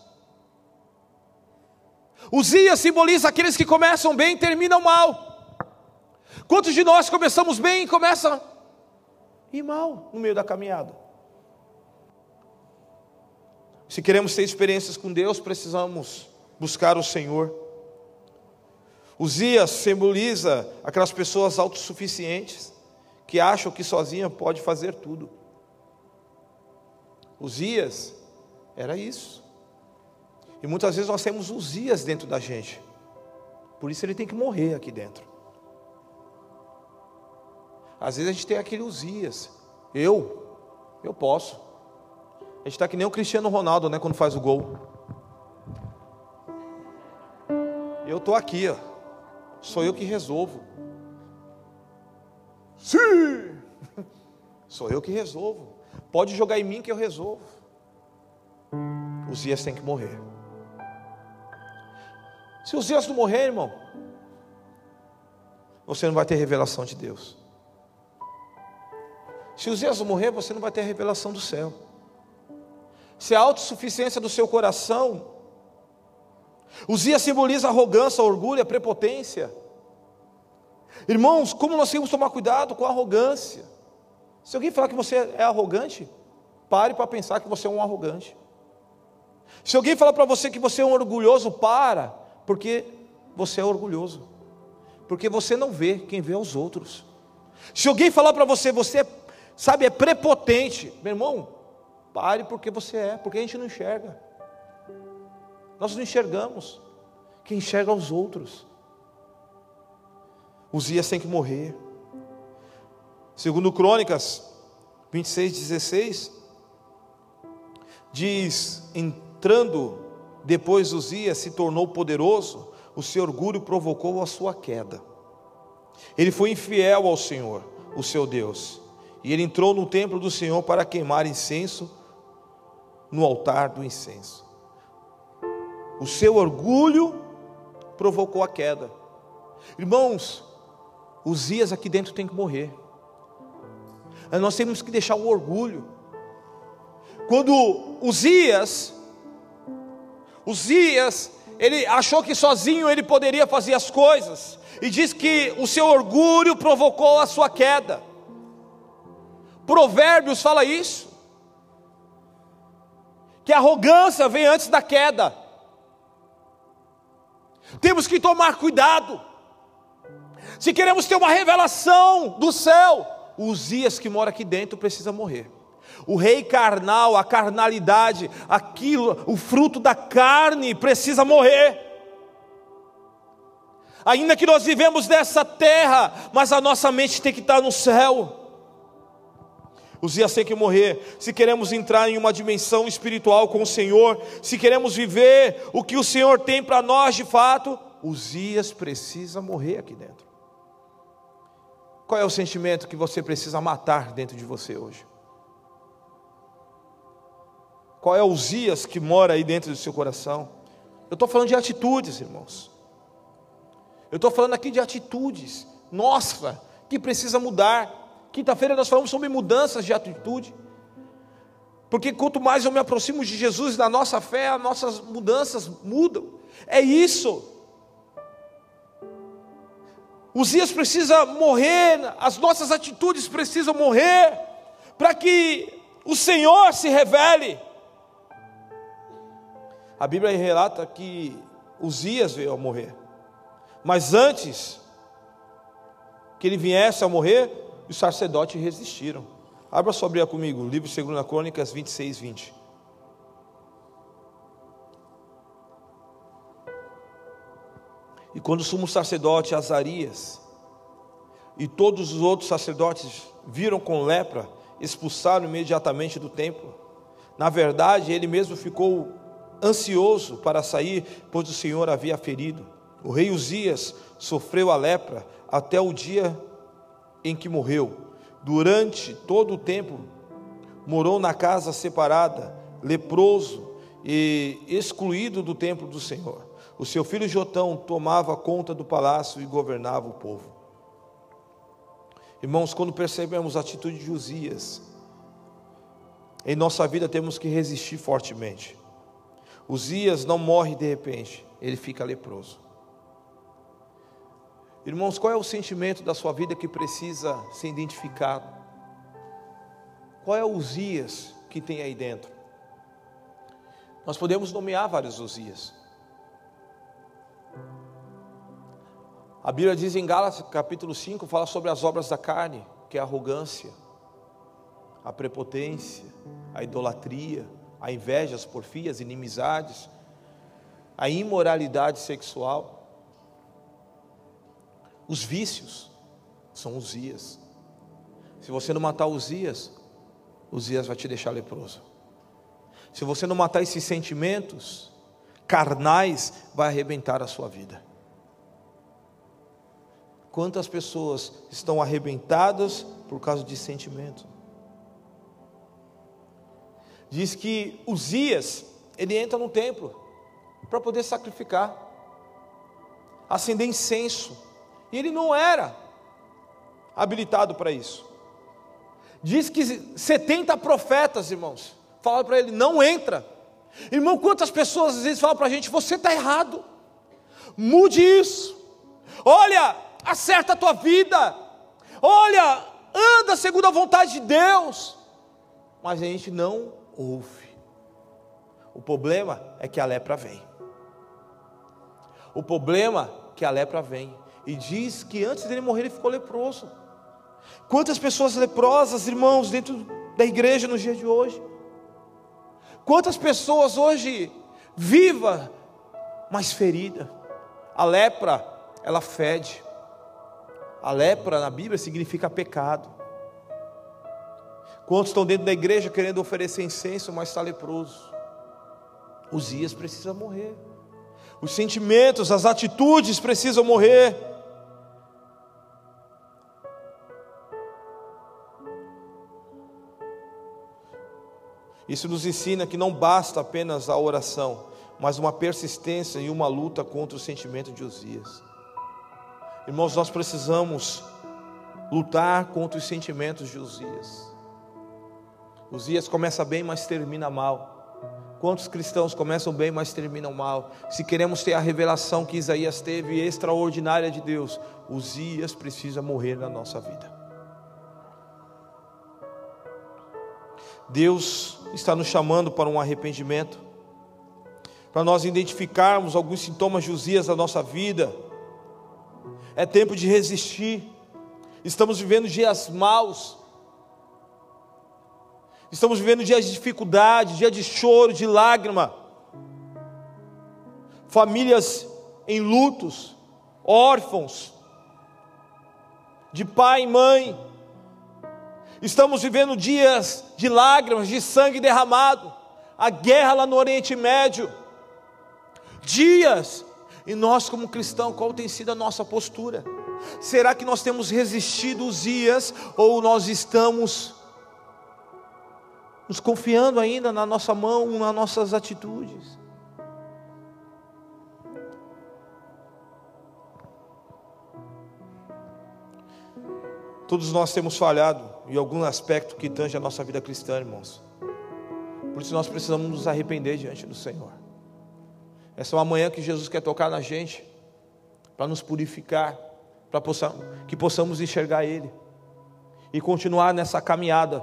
Uzias simboliza aqueles que começam bem e terminam mal. Quantos de nós começamos bem e começam a ir mal no meio da caminhada? Se queremos ter experiências com Deus, precisamos buscar o Senhor. Uzias simboliza aquelas pessoas autossuficientes, que acham que sozinha pode fazer tudo. Uzias era isso. E muitas vezes nós temos Uzias dentro da gente, por isso ele tem que morrer aqui dentro. Às vezes a gente tem aquele Uzias, eu, eu posso. A gente está que nem o Cristiano Ronaldo, né, quando faz o gol. Eu estou aqui, ó. Sou eu que resolvo. Sim! Sou eu que resolvo. Pode jogar em mim que eu resolvo. Uzias tem que morrer. Se Uzias não morrer, irmão, você não vai ter revelação de Deus. Se Uzias não morrer, você não vai ter a revelação do céu. Se a autossuficiência do seu coração, Uzias simboliza a arrogância, a orgulho, a prepotência. Irmãos, como nós temos que tomar cuidado com a arrogância. Se alguém falar que você é arrogante, pare para pensar que você é um arrogante. Se alguém falar para você que você é um orgulhoso, para, porque você é orgulhoso. Porque você não vê, quem vê é os outros. Se alguém falar para você, você, sabe, é prepotente, meu irmão, Pare porque você é, porque a gente não enxerga. Nós não enxergamos. Quem enxerga é os outros. Uzias tem que morrer. Segundo Crônicas vinte e seis, dezesseis, diz: entrando depois Uzias se tornou poderoso, o seu orgulho provocou a sua queda. Ele foi infiel ao Senhor, o seu Deus, e ele entrou no templo do Senhor para queimar incenso no altar do incenso. O seu orgulho provocou a queda. Irmãos, Uzias aqui dentro tem que morrer. Nós temos que deixar o orgulho. Quando Uzias, Uzias, ele achou que sozinho ele poderia fazer as coisas, e diz que o seu orgulho provocou a sua queda. Provérbios fala isso, que a arrogância vem antes da queda. Temos que tomar cuidado. Se queremos ter uma revelação do céu, o Uzias que mora aqui dentro precisa morrer. O rei carnal, a carnalidade, aquilo, o fruto da carne precisa morrer. Ainda que nós vivemos nessa terra, mas a nossa mente tem que estar no céu. Uzias tem que morrer. Se queremos entrar em uma dimensão espiritual com o Senhor, se queremos viver o que o Senhor tem para nós de fato, Uzias precisa morrer aqui dentro. Qual é o sentimento que você precisa matar dentro de você hoje? Qual é o Uzias que mora aí dentro do seu coração? Eu estou falando de atitudes, irmãos. Eu estou falando aqui de atitudes, nossa, que precisa mudar. Quinta-feira nós falamos sobre mudanças de atitude. Porque quanto mais eu me aproximo de Jesus e da nossa fé, as nossas mudanças mudam. É isso. Uzias precisa morrer, as nossas atitudes precisam morrer, para que o Senhor se revele. A Bíblia relata que Uzias veio a morrer, mas antes que ele viesse a morrer, os sacerdotes resistiram. Abra sua Bíblia comigo, livro de Segunda Crônicas vinte e seis, vinte. E quando o sumo sacerdote Azarias e todos os outros sacerdotes viram com lepra, expulsaram imediatamente do templo. Na verdade, ele mesmo ficou ansioso para sair, pois o Senhor havia ferido. O rei Uzias sofreu a lepra até o dia em que morreu. Durante todo o tempo morou na casa separada, leproso e excluído do templo do Senhor. O seu filho Jotão tomava conta do palácio e governava o povo. Irmãos, quando percebemos a atitude de Uzias, em nossa vida temos que resistir fortemente. Uzias não morre de repente, ele fica leproso. Irmãos, qual é o sentimento da sua vida que precisa ser identificado? Qual é o Uzias que tem aí dentro? Nós podemos nomear vários Uzias. A Bíblia diz em Gálatas capítulo cinco, fala sobre as obras da carne, que é a arrogância, a prepotência, a idolatria, a inveja, as porfias, inimizades, a imoralidade sexual, os vícios, são Uzias. Se você não matar Uzias, Uzias vai te deixar leproso. Se você não matar esses sentimentos carnais, vai arrebentar a sua vida. Quantas pessoas estão arrebentadas por causa de sentimento? Diz que Uzias, ele entra no templo para poder sacrificar, acender incenso, e ele não era habilitado para isso. Diz que setenta profetas, irmãos, falaram para ele: não entra. Irmão, quantas pessoas às vezes falam para a gente: você está errado, mude isso, olha, acerta a tua vida, olha, anda segundo a vontade de Deus. Mas a gente não ouve. O problema é que a lepra vem. O problema é que a lepra vem. E diz que antes dele morrer ele ficou leproso. Quantas pessoas leprosas, irmãos, dentro da igreja nos dias de hoje? Quantas pessoas hoje viva, mas ferida. A lepra, ela fede. A lepra na Bíblia significa pecado. Quantos estão dentro da igreja querendo oferecer incenso, mas está leproso? Uzias precisa morrer. Os sentimentos, as atitudes precisam morrer. Isso nos ensina que não basta apenas a oração, mas uma persistência e uma luta contra o sentimento de Uzias. Irmãos, nós precisamos lutar contra os sentimentos de Uzias. Uzias começa bem, mas termina mal. Quantos cristãos começam bem, mas terminam mal? Se queremos ter a revelação que Isaías teve, extraordinária de Deus, Uzias precisa morrer na nossa vida. Deus está nos chamando para um arrependimento, para nós identificarmos alguns sintomas de Uzias da nossa vida. É tempo de resistir. Estamos vivendo dias maus, estamos vivendo dias de dificuldade, dia de choro, de lágrima, famílias em lutos, órfãos, de pai e mãe. Estamos vivendo dias de lágrimas, de sangue derramado, a guerra lá no Oriente Médio, dias, e nós como cristãos, qual tem sido a nossa postura? Será que nós temos resistido os dias, ou nós estamos nos confiando ainda na nossa mão, nas nossas atitudes? Todos nós temos falhado em algum aspecto que tange a nossa vida cristã, irmãos. Por isso nós precisamos nos arrepender diante do Senhor. Essa é uma manhã que Jesus quer tocar na gente, para nos purificar, para que possamos enxergar Ele e continuar nessa caminhada.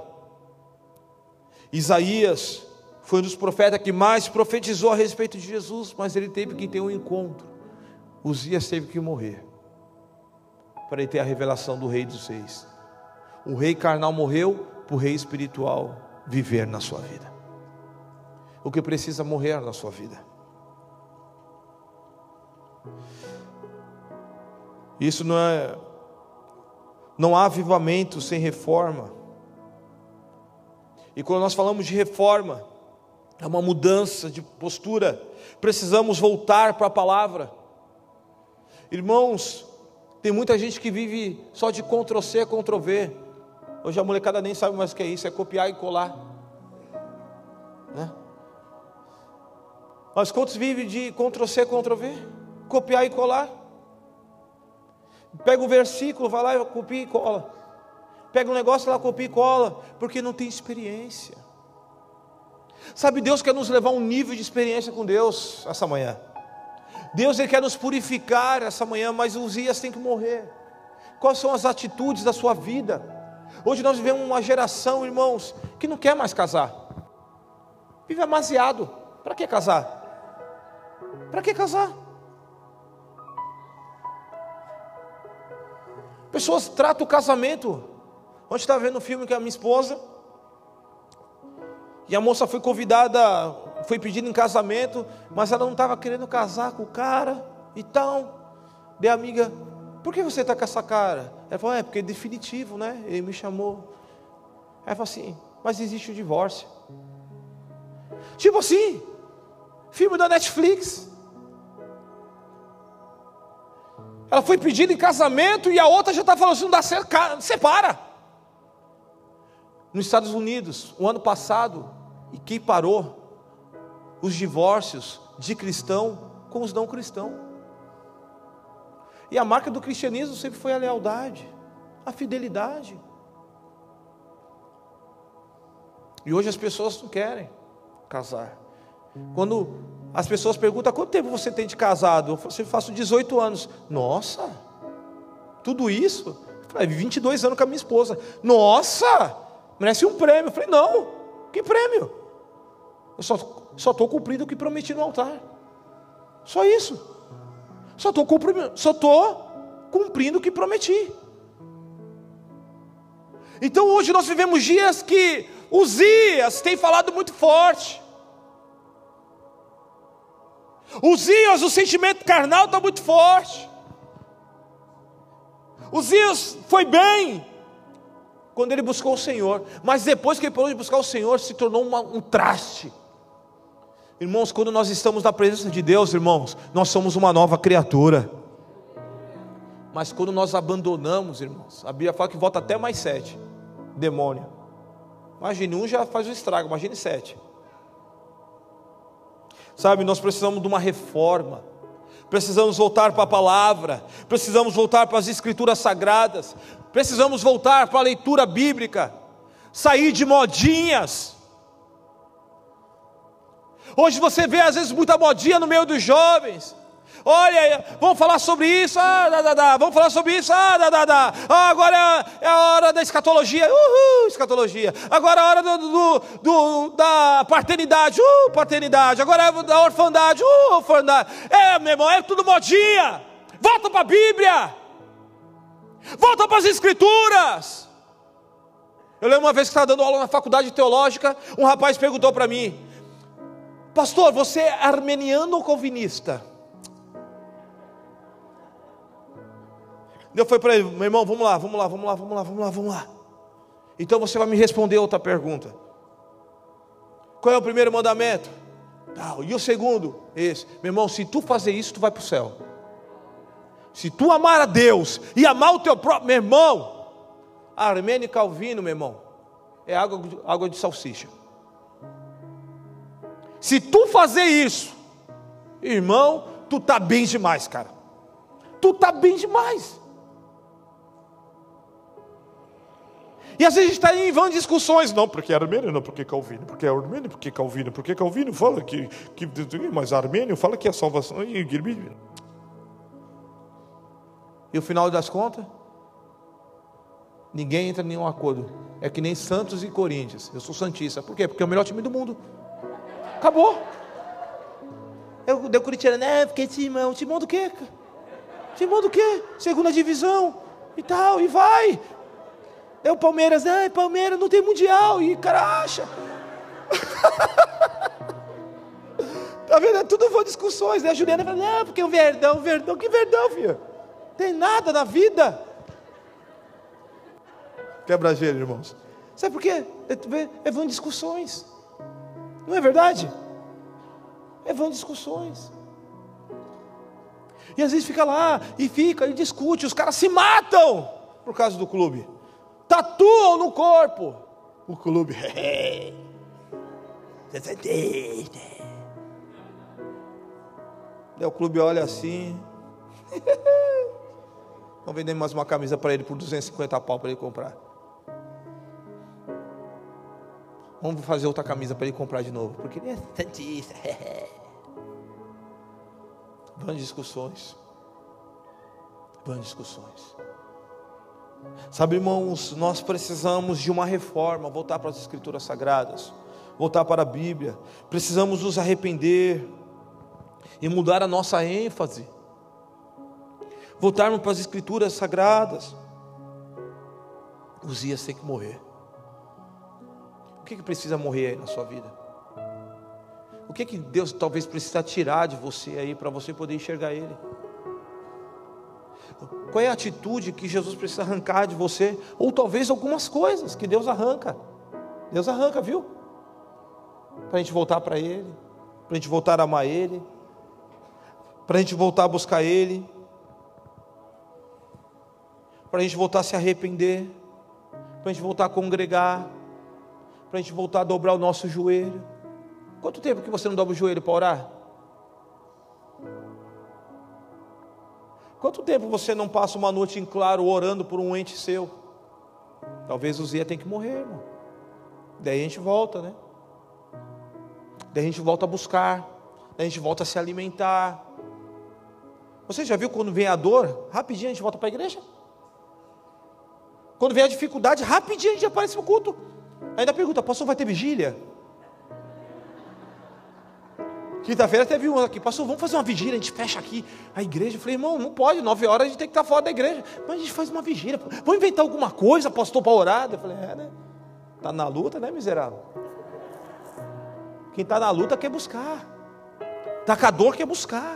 Isaías foi um dos profetas que mais profetizou a respeito de Jesus, mas ele teve que ter um encontro. Uzias teve que morrer para ele ter a revelação do Rei dos Reis. O rei carnal morreu para o rei espiritual viver na sua vida. O que precisa morrer na sua vida? Isso não é, não há avivamento sem reforma. E quando nós falamos de reforma, é uma mudança de postura. Precisamos voltar para a palavra. Irmãos, tem muita gente que vive só de control C, control V. Hoje a molecada nem sabe mais o que é isso, é copiar e colar, né? Mas quantos vivem de control C, control V? Copiar e colar. Pega um versículo, vai lá e copia e cola. Pega um negócio lá, copia e cola, porque não tem experiência. Sabe, Deus quer nos levar a um nível de experiência com Deus essa manhã. Deus ele quer nos purificar essa manhã, mas os Uzias têm que morrer. Quais são as atitudes da sua vida? Hoje nós vivemos uma geração, irmãos, que não quer mais casar. Vive amasiado. Para que casar? Para que casar? Pessoas tratam o casamento. Ontem estava vendo um filme com a minha esposa, e a moça foi convidada, foi pedida em casamento, mas ela não estava querendo casar com o cara e tal. Daí a amiga: por que você está com essa cara? Ela falou: é porque é definitivo, né? Ele me chamou. Ela falou assim: mas existe o divórcio. Tipo assim, filme da Netflix. Ela foi pedida em casamento e a outra já está falando assim: não dá certo, separa. Nos Estados Unidos, o ano passado, e quem parou os divórcios de cristão com os não cristãos. E a marca do cristianismo sempre foi a lealdade, a fidelidade. E hoje as pessoas não querem casar. Quando as pessoas perguntam: quanto tempo você tem de casado? Eu sempre faço dezoito anos. Nossa, tudo isso? Eu falei: vinte e dois anos com a minha esposa. Nossa, merece um prêmio. Eu falei: não, que prêmio? Eu só estou cumprindo o que prometi no altar. Só isso. Só estou cumprindo, só estou cumprindo o que prometi. Então hoje nós vivemos dias que Uzias tem falado muito forte. Uzias, o sentimento carnal está muito forte. Uzias foi bem quando ele buscou o Senhor, mas depois que ele parou de buscar o Senhor, se tornou uma, um traste. Irmãos, quando nós estamos na presença de Deus, irmãos, nós somos uma nova criatura. Mas quando nós abandonamos, irmãos, a Bíblia fala que volta até mais sete, demônio. Imagine, um já faz um estrago, imagine sete. Sabe, nós precisamos de uma reforma, precisamos voltar para a palavra, precisamos voltar para as escrituras sagradas, precisamos voltar para a leitura bíblica, sair de modinhas. Hoje você vê às vezes muita modinha no meio dos jovens. Olha, vamos falar sobre isso, ah, dá, dá, dá. Vamos falar sobre isso, ah, dá, dá, dá. Ah, agora é, é a hora da escatologia, uhul, escatologia. Agora é a hora do, do, do, da paternidade, uh, paternidade. Agora é da orfandade, uh, orfandade. É, meu irmão, é tudo modinha. Volta para a Bíblia, volta para as escrituras. Eu lembro uma vez que estava dando aula na faculdade teológica, um rapaz perguntou para mim: pastor, você é armeniano ou calvinista? Eu falei para ele: meu irmão, vamos lá, vamos lá, vamos lá, vamos lá, vamos lá, vamos lá. Então você vai me responder outra pergunta. Qual é o primeiro mandamento? Ah, e o segundo? Esse. Meu irmão, se tu fazer isso, tu vai para o céu. Se tu amar a Deus e amar o teu próprio, meu irmão, Armênio e Calvino, meu irmão, é água, água de salsicha. Se tu fazer isso, irmão, tu tá bem demais, cara. Tu tá bem demais. E às vezes a gente está em vão discussões. Não, porque é Armênio, não, porque Calvino. Porque é Armênio, porque Calvino. Porque Calvino fala que, que mas Armênio fala que é salvação. E o final das contas, ninguém entra em nenhum acordo. É que nem Santos e Corinthians. Eu sou santista. Por quê? Porque é o melhor time do mundo. Acabou. Eu dei o Curitiba, né? Porque timão. Timão do quê? Timão do quê? Segunda divisão e tal, e vai. É o Palmeiras, né? Palmeiras não tem mundial. E cara acha. Tá vendo? É tudo vão discussões, né? A Juliana fala, não, porque o Verdão, o Verdão, que Verdão, filho? Tem nada na vida. Quebra-gelo, irmãos. Sabe por quê? É vão discussões. Não é verdade? É vão discussões. E às vezes fica lá, e fica, e discute, os caras se matam por causa do clube. Tatuam no corpo o clube. Daí o clube olha assim. Vamos vender mais uma camisa para ele por duzentos e cinquenta pau para ele comprar. Vamos fazer outra camisa para ele comprar de novo, porque ele é santista. Vão discussões. Vão discussões. Sabe, irmãos, nós precisamos de uma reforma, voltar para as escrituras sagradas, voltar para a Bíblia. Precisamos nos arrepender e mudar a nossa ênfase. Voltarmos para as escrituras sagradas. Uzias tem que morrer. O que, que precisa morrer aí na sua vida? O que, que Deus talvez precisa tirar de você aí para você poder enxergar Ele? Qual é a atitude que Jesus precisa arrancar de você? Ou talvez algumas coisas que Deus arranca. Deus arranca, viu? Para a gente voltar para Ele, para a gente voltar a amar Ele, para a gente voltar a buscar Ele, para a gente voltar a se arrepender, para a gente voltar a congregar, para a gente voltar a dobrar o nosso joelho. Quanto tempo que você não dobra o joelho para orar? Quanto tempo você não passa uma noite em claro orando por um ente seu? Talvez o Zia tenha que morrer, irmão. Daí a gente volta, né? Daí a gente volta a buscar, daí a gente volta a se alimentar. Você já viu quando vem a dor? Rapidinho a gente volta para a igreja. Quando vem a dificuldade, rapidinho a gente aparece no culto. Ainda pergunta, pastor, vai ter vigília? Quinta-feira teve um aqui, pastor, vamos fazer uma vigília, a gente fecha aqui a igreja. Eu falei, irmão, não pode, nove horas a gente tem que estar fora da igreja. Mas a gente faz uma vigília, vamos inventar alguma coisa, pastor, para orar? Eu falei, é, né? Está na luta, né, miserável? Quem está na luta quer buscar. Está com a dor, quer buscar.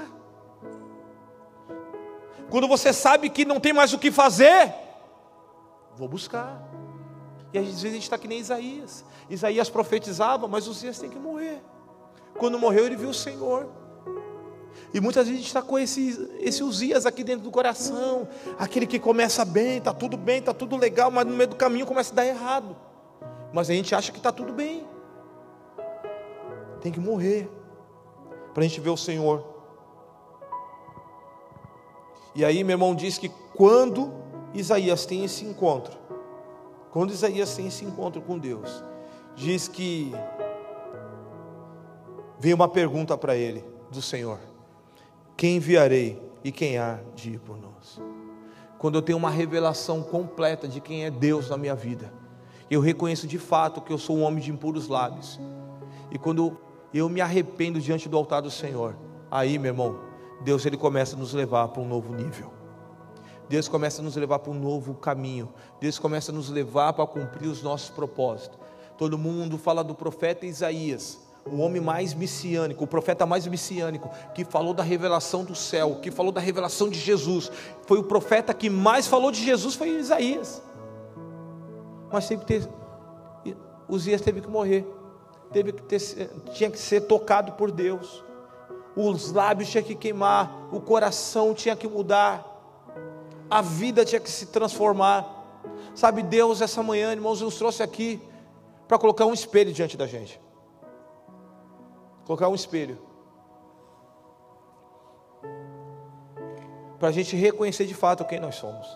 Quando você sabe que não tem mais o que fazer, vou buscar. E às vezes a gente está que nem Isaías. Isaías profetizava, mas Uzias tem que morrer. Quando morreu, ele viu o Senhor. E muitas vezes a gente está com esse, esse Uzias aqui dentro do coração. Aquele que começa bem, está tudo bem, está tudo legal, mas no meio do caminho começa a dar errado. Mas a gente acha que está tudo bem. Tem que morrer para a gente ver o Senhor. E aí meu irmão diz que quando Isaías tem esse encontro, quando Isaías tem esse encontro com Deus, diz que veio uma pergunta para ele, do Senhor: quem enviarei e quem há de ir por nós? Quando eu tenho uma revelação completa de quem é Deus na minha vida, eu reconheço de fato que eu sou um homem de impuros lábios, e quando eu me arrependo diante do altar do Senhor, aí meu irmão, Deus ele começa a nos levar para um novo nível. Deus começa a nos levar para um novo caminho. Deus começa a nos levar para cumprir os nossos propósitos. Todo mundo fala do profeta Isaías, o homem mais messiânico, o profeta mais messiânico, que falou da revelação do céu, que falou da revelação de Jesus. Foi o profeta que mais falou de Jesus, foi Isaías. Mas teve que ter, Uzias teve que morrer, teve que ter, tinha que ser tocado por Deus. Os lábios tinham que queimar, o coração tinha que mudar, a vida tinha que se transformar. Sabe, Deus essa manhã, irmãos, nos trouxe aqui para colocar um espelho diante da gente. Colocar um espelho para a gente reconhecer de fato quem nós somos.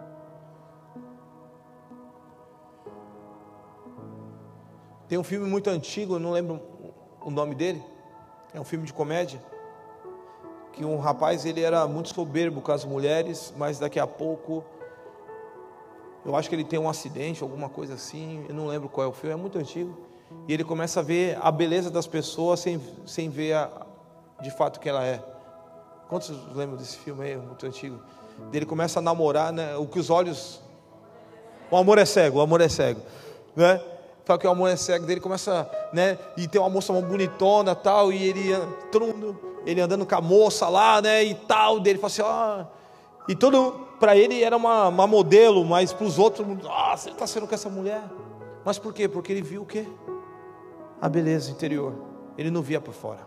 Tem um filme muito antigo, eu não lembro o nome dele, é um filme de comédia, que um rapaz, ele era muito soberbo com as mulheres, mas daqui a pouco, eu acho que ele tem um acidente, alguma coisa assim, eu não lembro qual é o filme, é muito antigo, e ele começa a ver a beleza das pessoas sem, sem ver a, de fato quem ela é. Quantos lembram desse filme aí, muito antigo? Ele começa a namorar, né, o que os olhos, o amor é cego, o amor é cego, né? Fala que o amor é cego, dele começa, né, e tem uma moça uma bonitona tal, e ele, todo mundo, ele andando com a moça lá, né, e tal, dele fala assim, ah, e todo, para ele era uma, uma modelo, mas para os outros, ah, você está sendo com essa mulher, mas por quê? Porque ele viu o quê? A beleza interior, ele não via por fora.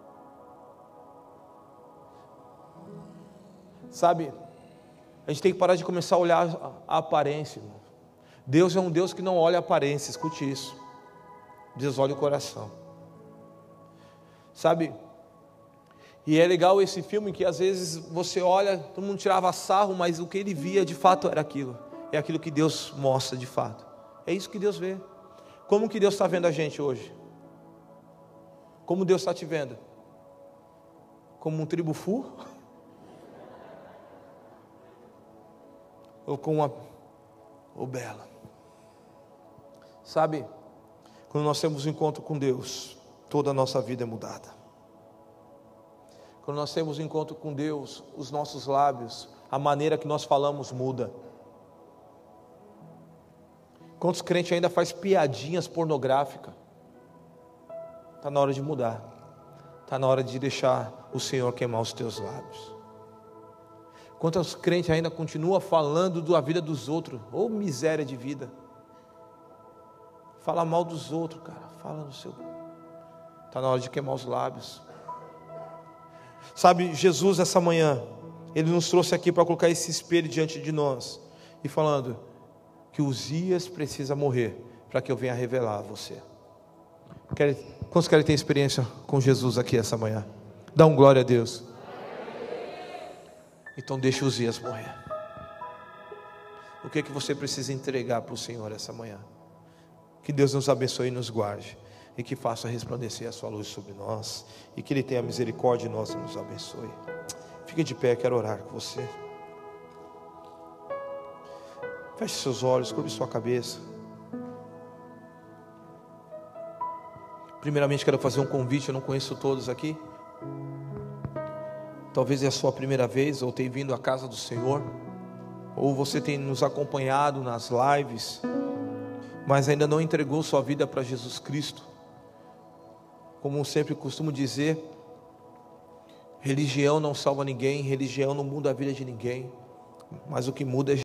Sabe, a gente tem que parar de começar a olhar a aparência, irmão. Deus é um Deus que não olha a aparência, escute isso. Deus olha o coração. Sabe? E é legal esse filme que às vezes você olha, todo mundo tirava sarro, mas o que ele via de fato era aquilo. É aquilo que Deus mostra de fato. É isso que Deus vê. Como que Deus está vendo a gente hoje? Como Deus está te vendo? Como um tribufu? Ou com uma ou bela? Sabe, quando nós temos um encontro com Deus, toda a nossa vida é mudada. Quando nós temos um encontro com Deus, os nossos lábios, a maneira que nós falamos muda. Quantos crentes ainda faz piadinhas pornográficas? Está na hora de mudar. Está na hora de deixar o Senhor queimar os teus lábios. Quantos crentes ainda continuam falando da vida dos outros? Ô miséria de vida. Fala mal dos outros, cara. Fala no seu. Está na hora de queimar os lábios. Sabe, Jesus essa manhã, Ele nos trouxe aqui para colocar esse espelho diante de nós. E falando que Uzias precisa morrer para que eu venha revelar a você. Quantos querem ter experiência com Jesus aqui essa manhã? Dá um glória a Deus. Então deixa Uzias morrer. O que é que você precisa entregar para o Senhor essa manhã? Que Deus nos abençoe e nos guarde, e que faça resplandecer a sua luz sobre nós, e que Ele tenha misericórdia de nós e nos abençoe. Fique de pé, quero orar com você. Feche seus olhos, curve sua cabeça. Primeiramente quero fazer um convite, eu não conheço todos aqui. Talvez é a sua primeira vez, ou tem vindo à casa do Senhor, ou você tem nos acompanhado nas lives, mas ainda não entregou sua vida para Jesus Cristo. Como sempre costumo dizer, Religião não salva ninguém, religião não muda a vida de ninguém, mas o que muda é